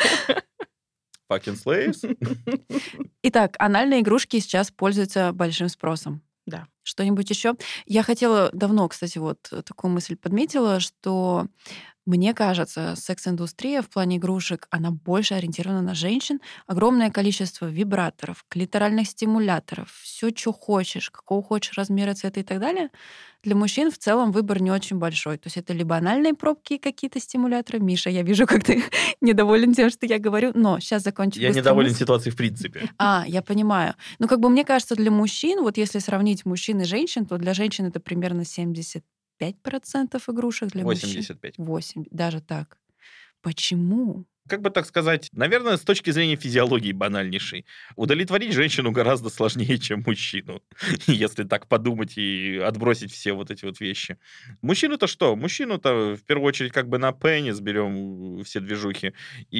Fucking slaves. Итак, анальные игрушки сейчас пользуются большим спросом. Да. Что-нибудь еще? Я хотела давно, кстати, вот такую мысль подметила, что мне кажется, секс-индустрия в плане игрушек, она больше ориентирована на женщин. Огромное количество вибраторов, клиторальных стимуляторов, все, что хочешь, какого хочешь размера, цвета и так далее. Для мужчин в целом выбор не очень большой. То есть это либо анальные пробки, какие-то стимуляторы. Миша, я вижу, как ты недоволен тем, что я говорю. Но сейчас закончу Я быстро недоволен мысль. ситуацией в принципе. А, я понимаю. Ну, как бы мне кажется, для мужчин, вот если сравнить мужчин и женщин, то для женщин это примерно семьдесят пять процентов игрушек, для мужчин восемьдесят пять. восемь, даже так. Почему? Как бы так сказать, наверное, с точки зрения физиологии банальнейшей, удовлетворить женщину гораздо сложнее, чем мужчину, если так подумать и отбросить все вот эти вот вещи. Мужчину-то что? Мужчину-то в первую очередь как бы на пенис берем все движухи,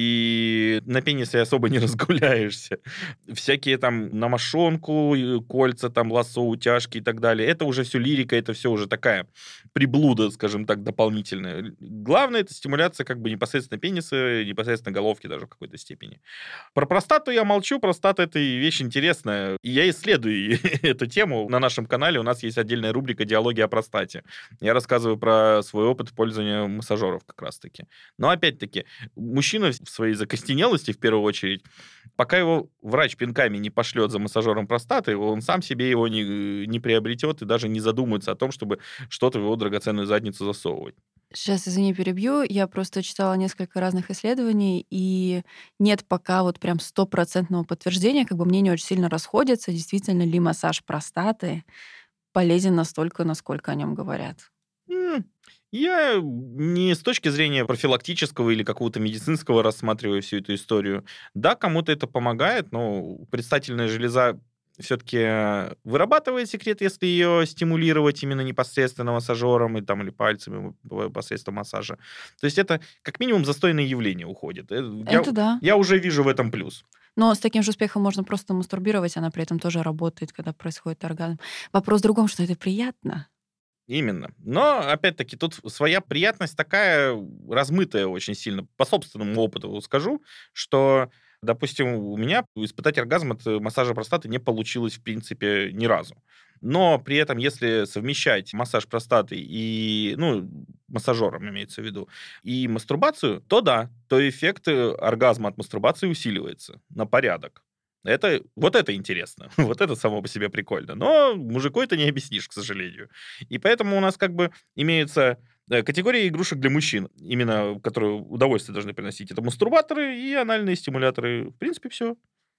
и на пенисе особо не разгуляешься. Всякие там на мошонку, и кольца, там лассо, утяжки и так далее. Это уже все лирика, это все уже такая приблуда, скажем так, дополнительная. Главное, это стимуляция как бы непосредственно пениса, непосредственно головки даже в какой-то степени. Про простату я молчу, простата — это вещь интересная. И я исследую эту тему. На нашем канале у нас есть отдельная рубрика «Диалоги о простате». Я рассказываю про свой опыт пользования массажеров как раз-таки. Но опять-таки, мужчина в своей закостенелости, в первую очередь, пока его врач пинками не пошлет за массажером простаты, он сам себе его не, не приобретет и даже не задумается о том, чтобы что-то в его драгоценную задницу засовывать. Сейчас, извини, перебью. Я просто читала несколько разных исследований, и нет пока вот прям стопроцентного подтверждения, как бы мнения очень сильно расходятся, действительно ли массаж простаты полезен настолько, насколько о нем говорят. М, Я не с точки зрения профилактического или какого-то медицинского рассматриваю всю эту историю. Да, кому-то это помогает, но предстательная железа все-таки вырабатывает секрет, если ее стимулировать именно непосредственно массажером и, там, или пальцами посредством массажа. То есть это как минимум застойное явление уходит. Э, Я, Это да. я уже вижу в этом плюс. Но с таким же успехом можно просто мастурбировать, она при этом тоже работает, когда происходит оргазм. Вопрос в другом, что это приятно. Именно. Но, опять-таки, тут своя приятность такая размытая очень сильно. По собственному опыту скажу, что, допустим, у меня испытать оргазм от массажа простаты не получилось, в принципе, ни разу. Но при этом, если совмещать массаж простаты и, ну, массажером имеется в виду, и мастурбацию, то да, то эффект оргазма от мастурбации усиливается на порядок. Это, вот это интересно, вот это само по себе прикольно. Но мужику это не объяснишь, к сожалению. И поэтому у нас как бы имеется э, категория игрушек для мужчин, именно которые удовольствие должны приносить. Это мастурбаторы и анальные стимуляторы. В принципе, все.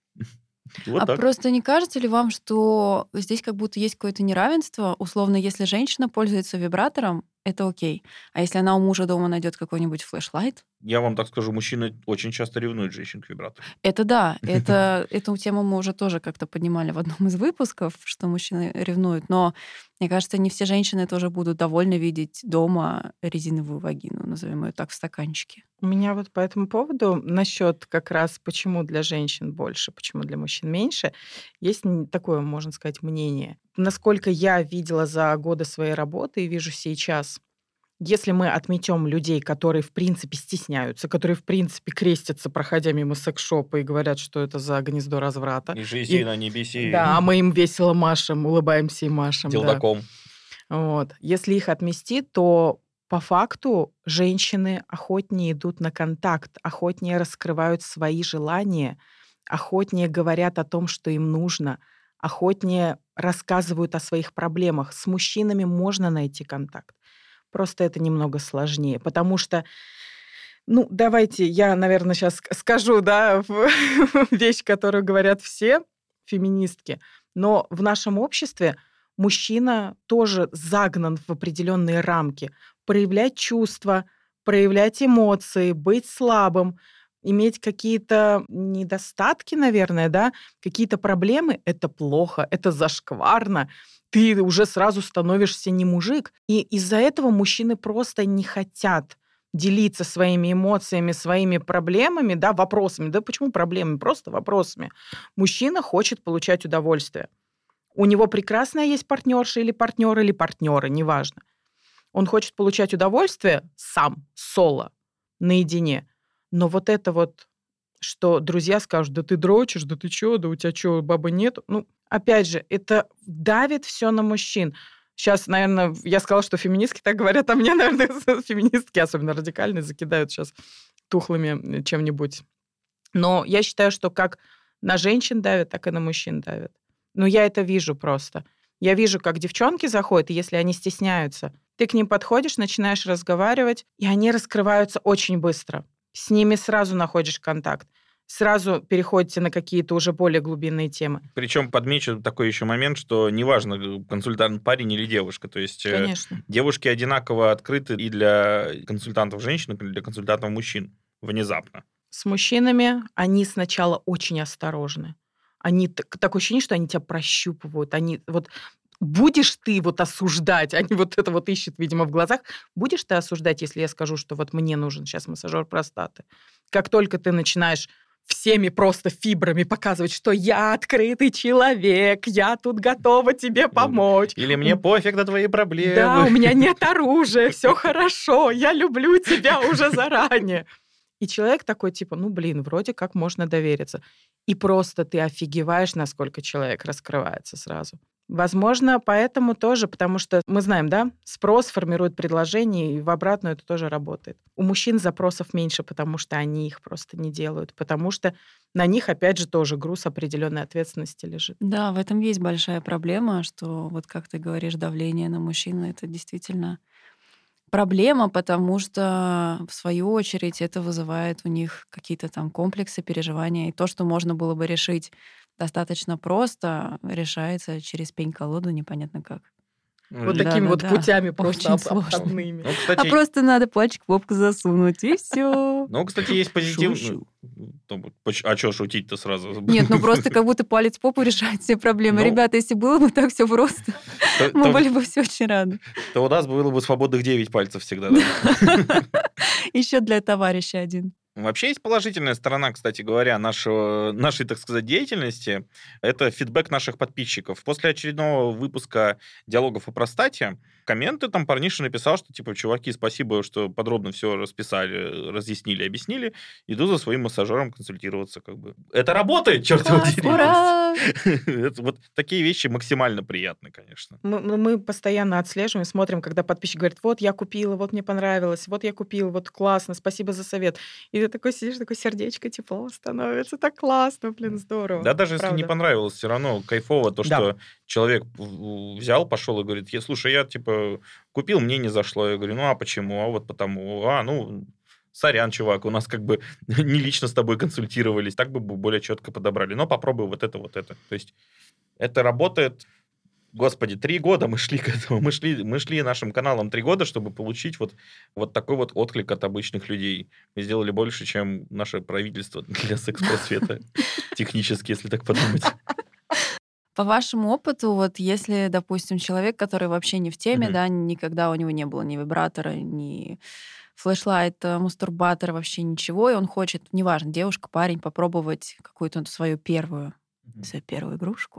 Вот А так. просто не кажется ли вам, что здесь как будто есть какое-то неравенство? Условно, если женщина пользуется вибратором, это окей. А если она у мужа дома найдет какой-нибудь флешлайт? Я вам так скажу, мужчины очень часто ревнуют женщин к вибратору. Это да, это, эту тему мы уже тоже как-то поднимали в одном из выпусков, что мужчины ревнуют, но мне кажется, не все женщины тоже будут довольны видеть дома резиновую вагину, назовем ее так, в стаканчике. У меня вот по этому поводу насчет как раз почему для женщин больше, почему для мужчин меньше, есть такое, можно сказать, мнение. Насколько я видела за годы своей работы и вижу сейчас, если мы отметем людей, которые в принципе стесняются, которые в принципе крестятся, проходя мимо секс-шопа и говорят, что это за гнездо разврата. И жизнь, не беси. Да, а мы им весело машем, улыбаемся и машем. Делдаком. Да. Вот. Если их отмести, то по факту женщины охотнее идут на контакт, охотнее раскрывают свои желания, охотнее говорят о том, что им нужно, охотнее рассказывают о своих проблемах. С мужчинами можно найти контакт. Просто это немного сложнее, потому что, ну, давайте я, наверное, сейчас скажу, да, вещь, которую говорят все феминистки, но в нашем обществе мужчина тоже загнан в определенные рамки. Проявлять чувства, проявлять эмоции, быть слабым, иметь какие-то недостатки, наверное, да, какие-то проблемы — это плохо, это зашкварно. Ты уже сразу становишься не мужик. И из-за этого мужчины просто не хотят делиться своими эмоциями, своими проблемами, да, вопросами. Да почему проблемами? Просто вопросами. Мужчина хочет получать удовольствие. У него прекрасная есть партнерша или партнер, или партнеры, неважно. Он хочет получать удовольствие сам, соло, наедине. Но вот это вот, что друзья скажут, да ты дрочишь, да ты чё, да у тебя чё, бабы нет. Ну, опять же, это давит все на мужчин. Сейчас, наверное, я сказала, что феминистки так говорят, а мне, наверное, феминистки, особенно радикальные, закидают сейчас тухлыми чем-нибудь. Но я считаю, что как на женщин давят, так и на мужчин давят. Но я это вижу просто. Я вижу, как девчонки заходят, и если они стесняются, ты к ним подходишь, начинаешь разговаривать, и они раскрываются очень быстро. С ними сразу находишь контакт. Сразу переходите на какие-то уже более глубинные темы. Причем подмечу такой еще момент, что неважно, консультант парень или девушка. То есть Конечно. Девушки одинаково открыты и для консультантов женщин, и для консультантов мужчин. Внезапно. С мужчинами они сначала очень осторожны. Они, такое ощущение, что они тебя прощупывают. Они вот... Будешь ты вот осуждать, они вот это вот ищут, видимо, в глазах, будешь ты осуждать, если я скажу, что вот мне нужен сейчас массажер простаты? Как только ты начинаешь всеми просто фибрами показывать, что я открытый человек, я тут готова тебе помочь. Или мне пофиг на твои проблемы. Да, у меня нет оружия, все хорошо, я люблю тебя уже заранее. И человек такой, типа, ну, блин, вроде как можно довериться. И просто ты офигеваешь, насколько человек раскрывается сразу. Возможно, поэтому тоже, потому что мы знаем, да, спрос формирует предложение, и в обратную это тоже работает. У мужчин запросов меньше, потому что они их просто не делают, потому что на них, опять же, тоже груз определенной ответственности лежит. Да, в этом есть большая проблема, что, вот как ты говоришь, давление на мужчину — это действительно проблема, потому что, в свою очередь, это вызывает у них какие-то там комплексы, переживания, и то, что можно было бы решить достаточно просто, решается через пень-колоду непонятно как. Вот Да, такими да, вот да. путями просто Очень об- сложно. обходными. Ну, кстати, А просто надо пальчик в попку засунуть, и все. ну, кстати, есть позитив. Шучу. Ну, поч- А что шутить-то сразу? Нет, ну просто как будто палец в попу решает все проблемы. Ну. Ребята, если было бы так все просто, То- мы то- были бы все очень рады. То у нас было бы свободных девять пальцев всегда. да. Еще для товарища один. Вообще есть положительная сторона, кстати говоря, нашего, нашей, так сказать, деятельности. Это фидбэк наших подписчиков. После очередного выпуска диалогов о простате комменты там парниша написал, что типа, чуваки, спасибо, что подробно все расписали, разъяснили, объяснили. Иду за своим массажером консультироваться. Как бы. Это работает, черт возьми. Ура! Это Вот такие вещи максимально приятны, конечно. Мы, мы- мы постоянно отслеживаем, смотрим, когда подписчик говорит, вот я купила, вот мне понравилось, вот я купила, вот классно, спасибо за совет. И ты такой сидишь, такое сердечко тепло становится, так классно, блин, здорово. Да, даже если не Правда. понравилось, все равно кайфово то, Да. что человек в- взял, пошел и говорит, «Я- слушай, я типа купил, мне не зашло. Я говорю, ну а почему? А вот потому. А, ну, сорян, чувак, у нас как бы не лично с тобой консультировались, так бы более четко подобрали. Но попробуй вот это, вот это. То есть это работает Господи, три года мы шли к этому. Мы шли, мы шли нашим каналом три года, чтобы получить вот, вот такой вот отклик от обычных людей. Мы сделали больше, чем наше правительство для секс-просвета. Технически, если так подумать. По вашему опыту, вот если, допустим, человек, который вообще не в теме, Мгм. да, никогда у него не было ни вибратора, ни флешлайта, мастурбатора, вообще ничего, и он хочет, неважно, девушка, парень, попробовать какую-то свою первую, Мгм. свою первую игрушку.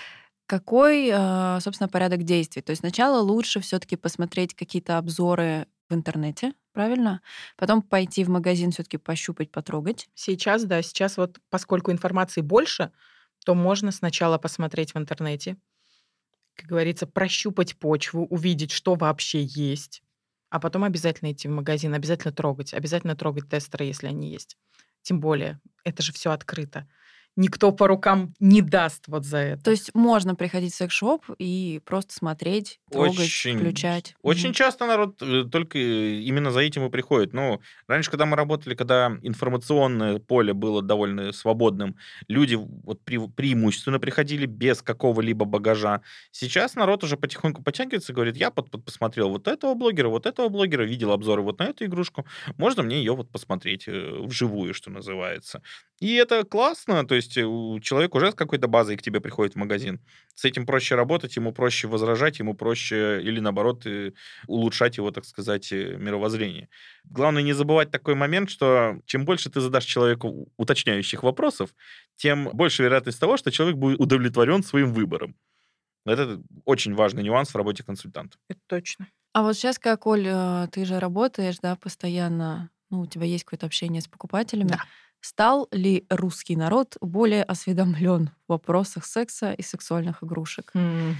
Какой, э, собственно, порядок действий? То есть сначала лучше все-таки посмотреть какие-то обзоры в интернете, правильно? Потом пойти в магазин, все-таки пощупать, потрогать. Сейчас, да, сейчас вот поскольку информации больше, то можно сначала посмотреть в интернете, как говорится, прощупать почву, увидеть, что вообще есть, а потом обязательно идти в магазин, обязательно трогать, обязательно трогать тестеры, если они есть. Тем более, это же все открыто. Никто по рукам не даст вот за это. То есть можно приходить в секс-шоп и просто смотреть, трогать, Очень, включать. очень Мгм. часто народ э, только именно за этим и приходит. Ну, раньше, когда мы работали, когда информационное поле было довольно свободным, люди вот пре- преимущественно приходили без какого-либо багажа. Сейчас народ уже потихоньку подтягивается и говорит, я под- под- посмотрел вот этого блогера, вот этого блогера, видел обзоры вот на эту игрушку, можно мне ее вот посмотреть э, вживую, что называется. И это классно, то есть э, у- человек уже с какой-то базой к тебе приходит в магазин. С этим проще работать, ему проще возражать, ему проще или, наоборот, э, улучшать его, так сказать, э, мировоззрение. Главное не забывать такой момент, что чем больше ты задашь человеку уточняющих вопросов, тем больше вероятность того, что человек будет удовлетворен своим выбором. Это очень важный нюанс в работе консультанта. Это точно. А вот сейчас, как, Оль, э, ты же работаешь, да, постоянно, ну, у тебя есть какое-то общение с покупателями. Да. Стал ли русский народ более осведомлен в вопросах секса и сексуальных игрушек?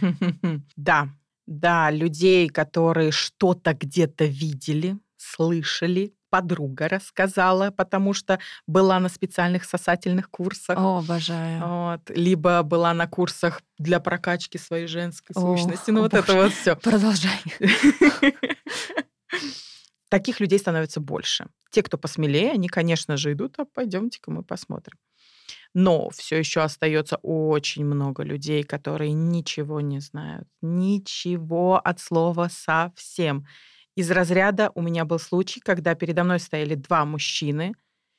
Да, да, людей, которые что-то где-то видели, слышали, подруга рассказала, потому что была на специальных сосательных курсах. О, обожаю. Вот. Либо была на курсах для прокачки своей женской О, сущности. Ну, о вот это боже. вот все. Продолжай. Таких людей становится больше. Те, кто посмелее, они, конечно же, идут, а пойдемте-ка мы посмотрим. Но все еще остается очень много людей, которые ничего не знают. Ничего от слова совсем. Из разряда у меня был случай, когда передо мной стояли два мужчины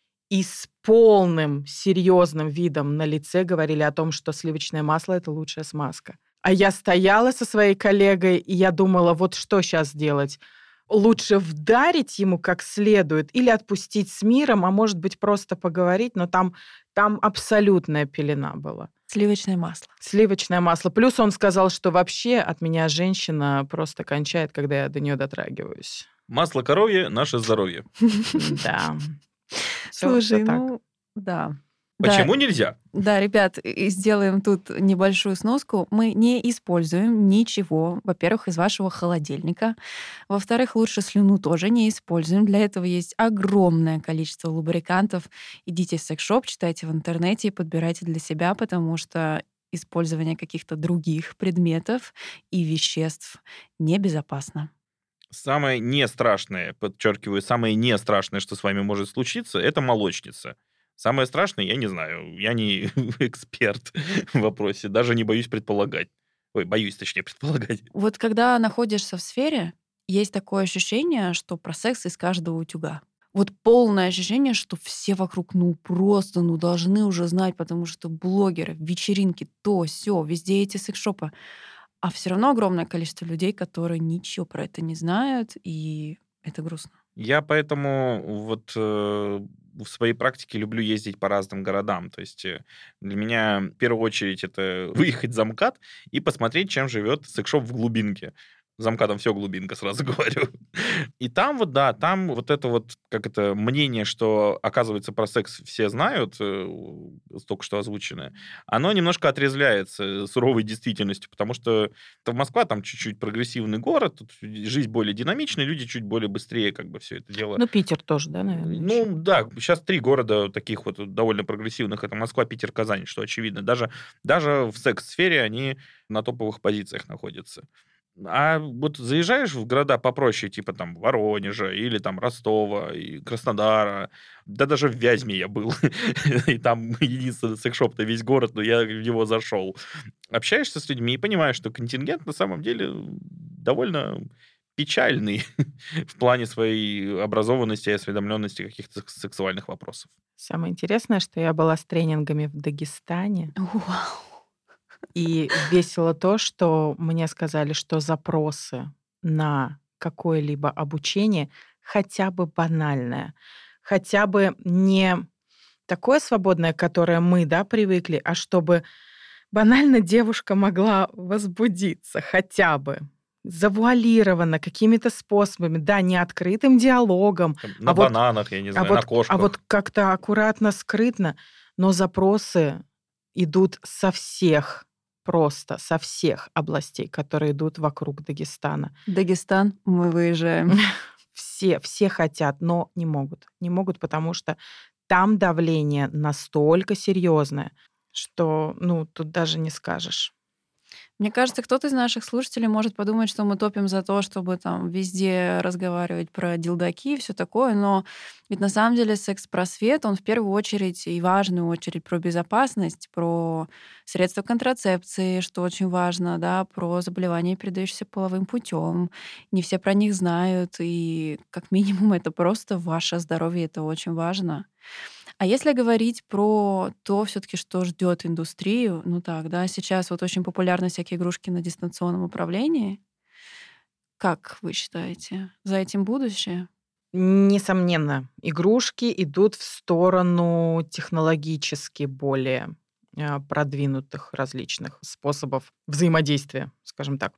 и с полным серьезным видом на лице говорили о том, что сливочное масло — это лучшая смазка. А я стояла со своей коллегой, и я думала, вот что сейчас делать? Лучше вдарить ему как следует или отпустить с миром, а может быть, просто поговорить, но там, там абсолютная пелена была. Сливочное масло. Сливочное масло. Плюс он сказал, что вообще от меня женщина просто кончает, когда я до нее дотрагиваюсь. Масло коровье — наше здоровье. Да. Всё- Слушай, всё так. ну, да. Почему Да, нельзя? да, ребят, и сделаем тут небольшую сноску. Мы не используем ничего, во-первых, из вашего холодильника. Во-вторых, лучше слюну тоже не используем. Для этого есть огромное количество лубрикантов. Идите в секс-шоп, читайте в интернете и подбирайте для себя, потому что использование каких-то других предметов и веществ небезопасно. Самое не страшное, подчеркиваю, самое не страшное, что с вами может случиться, это молочница. Самое страшное, я не знаю, я не эксперт в вопросе, даже не боюсь предполагать. Ой, боюсь, точнее, предполагать. Вот когда находишься в сфере, есть такое ощущение, что про секс из каждого утюга. Вот полное ощущение, что все вокруг, ну, просто, ну, должны уже знать, потому что блогеры, вечеринки, то, сё, везде эти секс-шопы. А все равно огромное количество людей, которые ничего про это не знают, и это грустно. Я поэтому вот э, в своей практике люблю ездить по разным городам. То есть э, для меня в первую очередь это выехать за МКАД и посмотреть, чем живет секс-шоп в глубинке. За МКАДом все глубинка, сразу говорю. И там вот, да, там вот это вот, как это, мнение, что, оказывается, про секс все знают, э, только что озвученное, оно немножко отрезвляется суровой действительностью, потому что это Москва, там чуть-чуть прогрессивный город, тут жизнь более динамичная, люди чуть более быстрее как бы все это дело. Ну, Питер тоже, да, наверное, Ну, ещё? да, сейчас три города таких вот довольно прогрессивных. Это Москва, Питер, Казань, что очевидно. Даже, даже в секс-сфере они на топовых позициях находятся. А вот заезжаешь в города попроще, типа там Воронежа или там Ростова, и Краснодара, да даже в Вязьме я был, и там единственный секс-шоп на весь город, но я в него зашел. Общаешься с людьми и понимаешь, что контингент на самом деле довольно печальный в плане своей образованности и осведомленности каких-то сексуальных вопросов. Самое интересное, что я была с тренингами в Дагестане, Вау. и весело то, что мне сказали, что запросы на какое-либо обучение, хотя бы банальное, хотя бы не такое свободное, к которое мы, да, привыкли, а чтобы банально девушка могла возбудиться хотя бы завуалированно, какими-то способами, да, не открытым диалогом, Там на а вот, бананах, я не а знаю, на вот, а кошках. вот как-то аккуратно, скрытно, но запросы идут со всех, просто со всех областей, которые идут вокруг Дагестана. Дагестан, мы выезжаем. Все, все хотят, но не могут. Не могут, потому что там давление настолько серьезное, что, ну, тут даже не скажешь. Мне кажется, кто-то из наших слушателей может подумать, что мы топим за то, чтобы там везде разговаривать про дилдаки и все такое, но ведь на самом деле секс-просвет, он в первую очередь и важную очередь про безопасность, про средства контрацепции, что очень важно, да, про заболевания, передающиеся половым путем. Не все про них знают, и как минимум это просто ваше здоровье, это очень важно. А если говорить про то, все-таки, что ждет индустрию, ну так, да, сейчас вот очень популярны всякие игрушки на дистанционном управлении. Как вы считаете, за этим будущее? Несомненно, игрушки идут в сторону технологически более а, продвинутых различных способов взаимодействия, скажем так.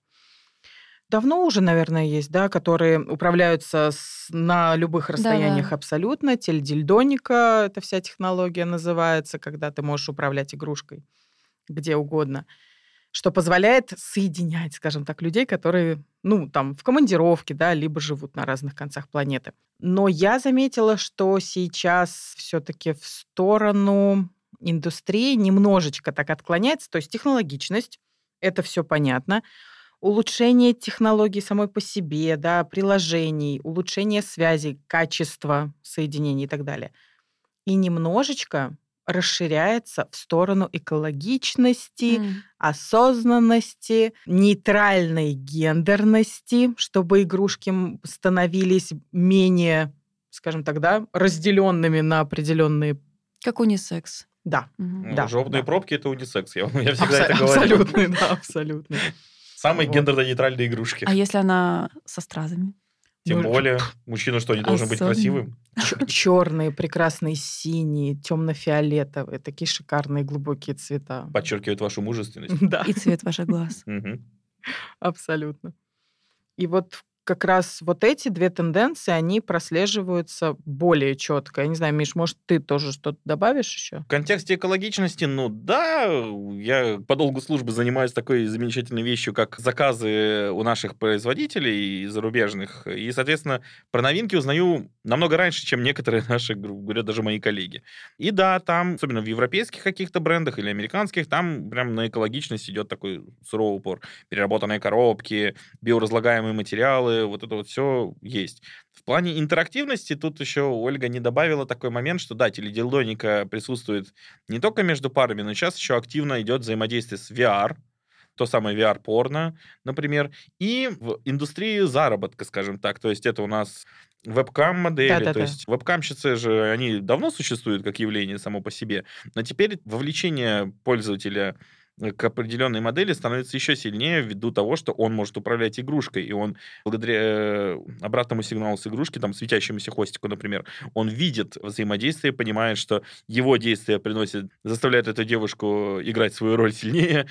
Давно уже, наверное, есть, да, которые управляются с- на любых Да-да. расстояниях абсолютно. Тельдильдоника, эта вся технология называется, когда ты можешь управлять игрушкой где угодно, что позволяет соединять, скажем так, людей, которые, ну, там, в командировке, да, либо живут на разных концах планеты. Но я заметила, что сейчас все-таки в сторону индустрии немножечко так отклоняется, то есть технологичность, это все понятно, улучшение технологий самой по себе, да, приложений, улучшение связей, качества соединений и так далее. И немножечко расширяется в сторону экологичности, М. осознанности, нейтральной гендерности, чтобы игрушки м, становились менее, скажем так, да, разделенными на определенные... Как унисекс. Да, Мгм. Ну, да, жопные да. пробки — это унисекс, я, я всегда Абсо- это говорил. абсолютно, да, абсолютно. Самые Вот. гендерно-нейтральные игрушки. А если она со стразами? Тем Ну, более, мужчина что, не должен быть Особенно. красивым? черные, прекрасные синие, темно-фиолетовые, такие шикарные глубокие цвета. Подчеркивает вашу мужественность. Да, И цвет ваших глаз. Мгм. абсолютно. И вот как раз вот эти две тенденции, они прослеживаются более четко. Я не знаю, Миш, может, ты тоже что-то добавишь еще? В контексте экологичности, ну да, я по долгу службы занимаюсь такой замечательной вещью, как заказы у наших производителей зарубежных. И, соответственно, про новинки узнаю намного раньше, чем некоторые наши, грубо говоря, даже мои коллеги. И да, там, особенно в европейских каких-то брендах или американских, там прям на экологичность идет такой суровый упор. Переработанные коробки, биоразлагаемые материалы, вот это вот все есть. В плане интерактивности тут еще Ольга не добавила такой момент, что да, теледилдоника присутствует не только между парами, но сейчас еще активно идет взаимодействие с ви ар, то самое ви ар-порно, например, и в индустрии заработка, скажем так. То есть это у нас вебкам-модели, то Да-да-да. есть вебкамщицы же, они давно существуют как явление само по себе, но теперь вовлечение пользователя э, к определенной модели становится еще сильнее ввиду того, что он может управлять игрушкой, и он благодаря э, обратному сигналу с игрушки, там, светящемуся хвостику, например, он видит взаимодействие, понимает, что его действия приносят, заставляют эту девушку играть свою роль сильнее,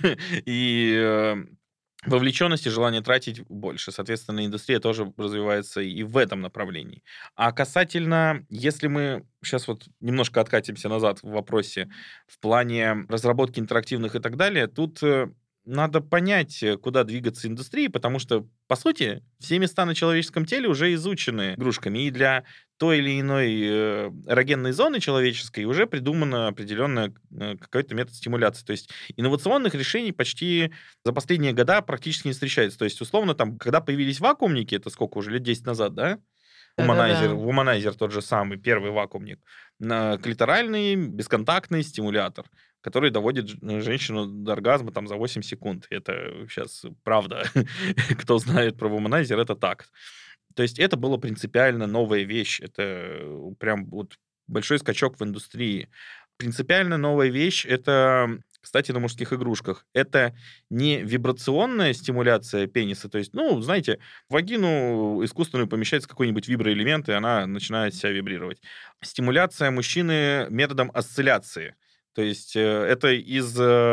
и э, вовлеченность и желание тратить больше. Соответственно, индустрия тоже развивается и в этом направлении. А касательно, если мы сейчас вот немножко откатимся назад в вопросе в плане разработки интерактивных и так далее, тут э, надо понять, куда двигаться индустрии, потому что, по сути, все места на человеческом теле уже изучены игрушками, и для той или иной э, эрогенной зоны человеческой уже придумано определенный э, какой-то метод стимуляции. То есть инновационных решений почти за последние года практически не встречается. То есть, условно, там, когда появились вакуумники, это сколько уже, лет десять назад, да? Womanizer, Womanizer тот же самый, первый вакуумник. Клиторальный бесконтактный стимулятор, который доводит женщину до оргазма там, за восемь секунд. Это сейчас правда. Кто знает про Womanizer, это так. То есть это была принципиально новая вещь. Это прям вот большой скачок в индустрии. Принципиально новая вещь — это, кстати, на мужских игрушках. Это не вибрационная стимуляция пениса. То есть, ну, знаете, в вагину искусственную помещается какой-нибудь виброэлемент, и она начинает себя вибрировать. Стимуляция мужчины методом осцилляции. То есть это из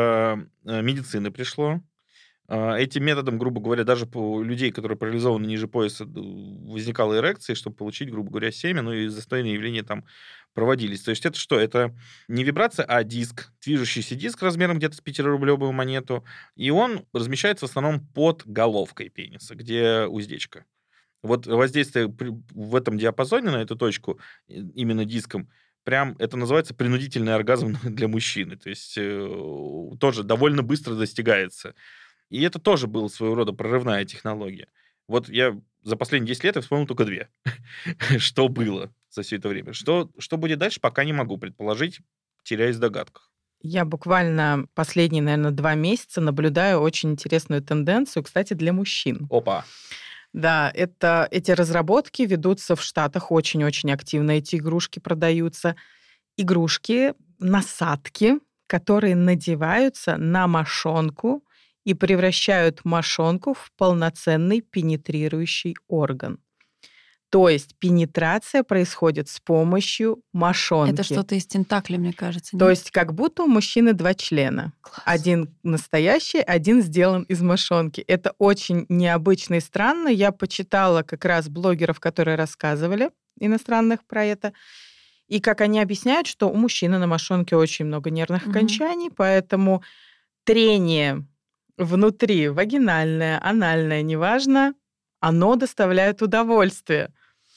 медицины пришло. Этим методом, грубо говоря, даже у людей, которые парализованы ниже пояса, возникала эрекция, чтобы получить, грубо говоря, семя, ну и застойные явления там проводились. То есть это что? Это не вибрация, а диск, движущийся диск размером где-то с пятирублевую монету, и он размещается в основном под головкой пениса, где уздечка. Вот воздействие в этом диапазоне на эту точку, именно диском, прям это называется принудительный оргазм для мужчины. То есть э, тоже довольно быстро достигается. И это тоже была своего рода прорывная технология. Вот я за последние десять лет я вспомнил только две. Что было за все это время. Что, что будет дальше, пока не могу предположить, теряюсь в догадках. Я буквально последние, наверное, два месяца наблюдаю очень интересную тенденцию, кстати, для мужчин. Опа. Да, это, эти разработки ведутся в Штатах очень-очень активно. Эти игрушки продаются. Игрушки, насадки, которые надеваются на мошонку и превращают мошонку в полноценный пенетрирующий орган. То есть пенетрация происходит с помощью мошонки. Это что-то из тентакля, мне кажется. Нет? То есть как будто у мужчины два члена. Класс. Один настоящий, один сделан из мошонки. Это очень необычно и странно. Я почитала как раз блогеров, которые рассказывали, иностранных, про это. И как они объясняют, что у мужчины на мошонке очень много нервных Мгм. окончаний, поэтому трение внутри, вагинальное, анальное, неважно, оно доставляет удовольствие.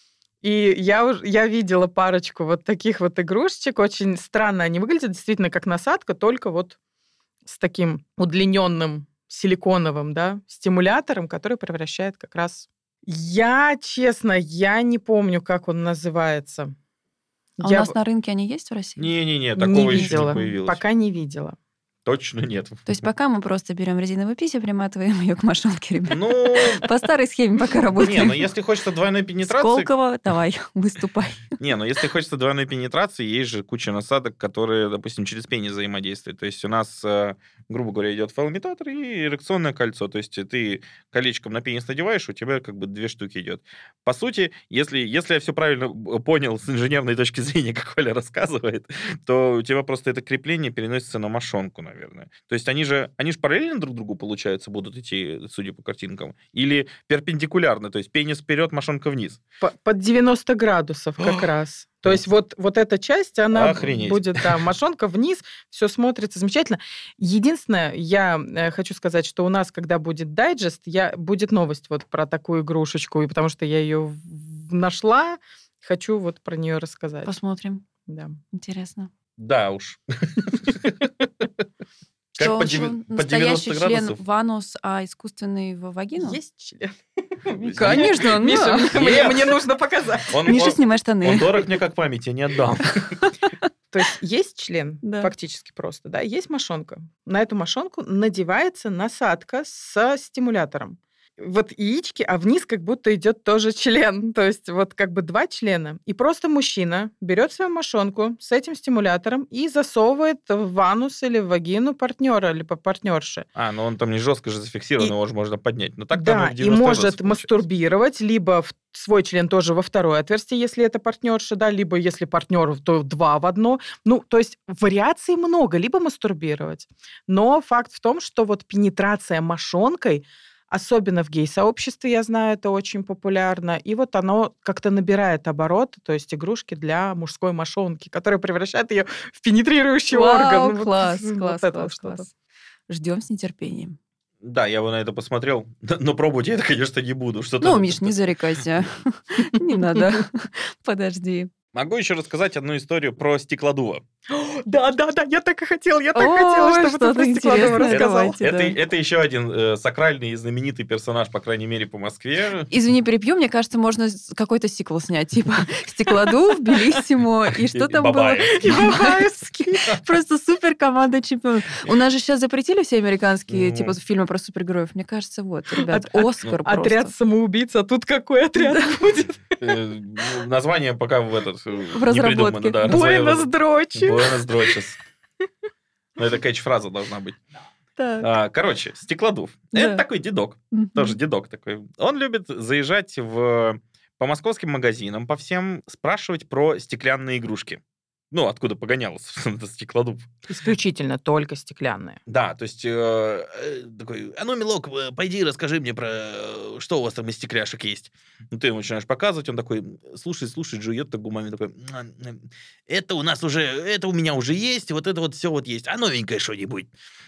И я, уж, я видела парочку вот таких вот игрушечек. Очень странно они выглядят, действительно, как насадка, только вот с таким удлиненным силиконовым, да, стимулятором, который превращает как раз... Я, честно, я не помню, как он называется. А я у нас на рынке они есть в России? Не-не-не, не такого еще видела, не появилось. пока не видела. Точно нет. То есть пока мы просто берем резиновую писю, приматываем ее к мошонке, ребят. Ну, По старой схеме пока не, работаем. ну если хочется двойной пенетрации... Сколково, давай, выступай. Не, ну если хочется двойной пенетрации, есть же куча насадок, которые, допустим, через пенис взаимодействуют. То есть у нас, э, грубо говоря, идет фалоимитатор и эрекционное кольцо. То есть ты колечком на пенис надеваешь, у тебя как бы две штуки идет. По сути, если, если я все правильно понял с инженерной точки зрения, как Оля рассказывает, то у тебя просто это крепление переносится на мошонку, наверное. То есть они же, они же параллельно друг другу, получается, будут идти, судя по картинкам, или перпендикулярно, то есть пенис вперед, мошонка вниз. По- Под девяносто градусов как раз. То есть вот, вот эта часть, она Охренеть. будет, да, мошонка вниз, все смотрится замечательно. Единственное, я э, хочу сказать, что у нас, когда будет дайджест, я, будет новость вот про такую игрушечку, и потому что я ее в- нашла, хочу вот про нее рассказать. Посмотрим. Да. Интересно. Да уж. Как Что, по что деви- по настоящий девяносто член градусов? в анус, а искусственный в вагину? Есть член? Конечно, Миша, да. мне, Нет. мне нужно показать. Он, Миша, он- снимай он штаны. дорог мне как память, я не отдам. То есть есть член, Да. фактически просто, да, есть мошонка. На эту мошонку надевается насадка со стимулятором. Вот яички, а вниз как будто идет тоже член. То есть вот как бы два члена. И просто мужчина берет свою мошонку с этим стимулятором и засовывает в анус или в вагину партнера или партнерши. А, ну он там не жестко же зафиксирован, И- его же можно поднять. Но так Да, там и может мастурбировать либо в свой член тоже во второе отверстие, если это партнерша, да, либо если партнер, то два в одно. Ну, то есть вариаций много, либо мастурбировать. Но факт в том, что вот пенетрация мошонкой, особенно в гей-сообществе, я знаю, это очень популярно. И вот оно как-то набирает обороты, то есть игрушки для мужской мошонки, которые превращают ее в пенетрирующий Вау, орган. Ну, вот- класс, вот класс, это класс, вот что-то. класс. Ждем с нетерпением. Да, я бы на это посмотрел, но пробовать я это, конечно, не буду. Что-то... Ну, Миш, не зарекайся. Не надо. Подожди. Могу еще рассказать одну историю про стеклодува. Да, да, да, я так и хотела, я так хотела, чтобы ты про стеклодува рассказал. Это, это еще один э, сакральный и знаменитый персонаж, по крайней мере, по Москве. Извини, перепью, мне кажется, можно какой-то сиквел снять, типа Стеклодув, Белиссимо, и что там было? И Бабаевский. Просто супер команда чемпионов. У нас же сейчас запретили все американские типа фильмы про супергероев. Мне кажется, вот, ребят, Оскар просто. Отряд самоубийц, а тут какой отряд будет? Название пока в этот... В разработке. Да, Буэнос Дрочи. Буэнос Дрочис. Ну, это кэч-фраза должна быть. А, короче, стеклодув. Да. Это такой дедок. Mm-hmm. Тоже дедок такой. Он любит заезжать в... по московским магазинам, по всем, спрашивать про стеклянные игрушки. Ну, откуда погонялся это стеклодув. Исключительно только стеклянные. Да, то есть э, такой, а ну, милок, пойди расскажи мне про, что у вас там из стекляшек есть. Ну, ты ему начинаешь показывать, он такой, слушай, слушай, жует так губами, такой, это у нас уже, это у меня уже есть, вот это вот все вот есть, а новенькое что-нибудь.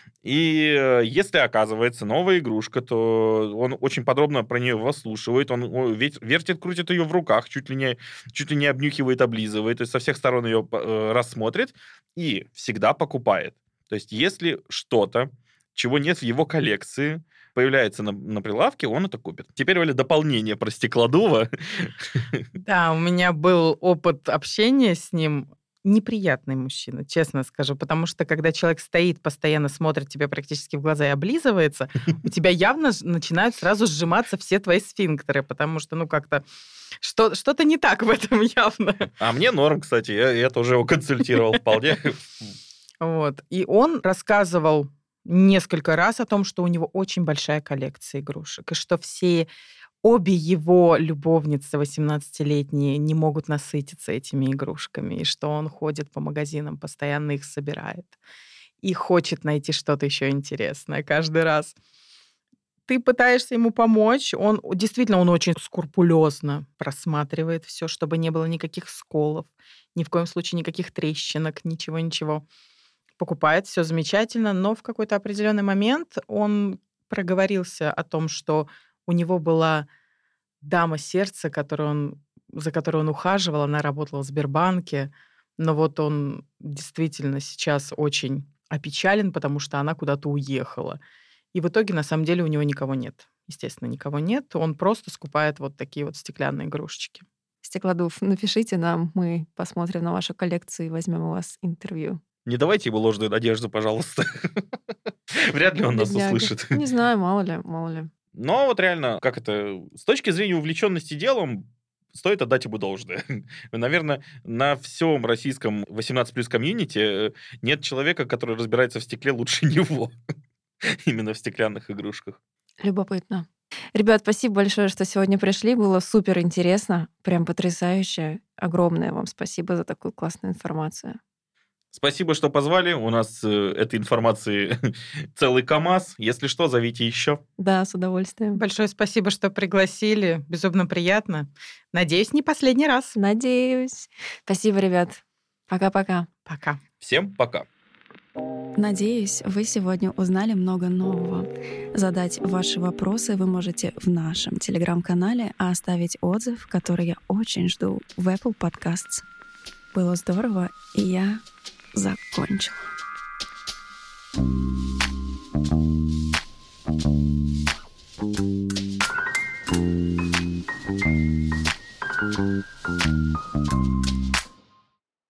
И э, если оказывается новая игрушка, то он очень подробно про нее выслушивает, он, он вертит, крутит ее в руках, чуть ли не, чуть ли не обнюхивает, облизывает, то есть со всех сторон ее э, рассмотрит и всегда покупает. То есть если что-то, чего нет в его коллекции, появляется на, на прилавке, он это купит. Теперь, Оля, дополнение про стеклодува. Да, у меня был опыт общения с ним. Неприятный мужчина, честно скажу, потому что когда человек стоит, постоянно смотрит тебе практически в глаза и облизывается, у тебя явно начинают сразу сжиматься все твои сфинктеры, потому что, ну, как-то что- что-то не так в этом явно. А мне норм, кстати, я, я тоже его консультировал вполне. Вот. И он рассказывал несколько раз о том, что у него очень большая коллекция игрушек, и что все... Обе его любовницы восемнадцатилетние не могут насытиться этими игрушками, и что он ходит по магазинам, постоянно их собирает и хочет найти что-то еще интересное каждый раз. Ты пытаешься ему помочь, он действительно он очень скрупулезно просматривает все, чтобы не было никаких сколов, ни в коем случае никаких трещинок, ничего-ничего. Покупает все замечательно, но в какой-то определенный момент он проговорился о том, что у него была дама сердца, которую он, за которой он ухаживал. Она работала в Сбербанке. Но вот он действительно сейчас очень опечален, потому что она куда-то уехала. И в итоге, на самом деле, у него никого нет. Естественно, никого нет. Он просто скупает вот такие вот стеклянные игрушечки. Стеклодув, напишите нам, мы посмотрим на вашу коллекцию и возьмем у вас интервью. Не давайте ему ложную надежду, пожалуйста. Вряд ли он нас услышит. Не знаю, мало ли, мало ли. Но вот реально, как это, с точки зрения увлеченности делом, стоит отдать ему должное. Наверное, на всем российском восемнадцать плюс комьюнити нет человека, который разбирается в стекле лучше него. Именно в стеклянных игрушках. Любопытно. Ребят, спасибо большое, что сегодня пришли. Было супер интересно, прям потрясающе. Огромное вам спасибо за такую классную информацию. Спасибо, что позвали. У нас э, этой информации целый КАМАЗ. Если что, зовите еще. Да, с удовольствием. Большое спасибо, что пригласили. Безумно приятно. Надеюсь, не последний раз. Надеюсь. Спасибо, ребят. Пока-пока. Пока. Всем пока. Надеюсь, вы сегодня узнали много нового. Задать ваши вопросы вы можете в нашем телеграм-канале, а оставить отзыв, который я очень жду, в Apple Podcasts. Было здорово, и я закончила.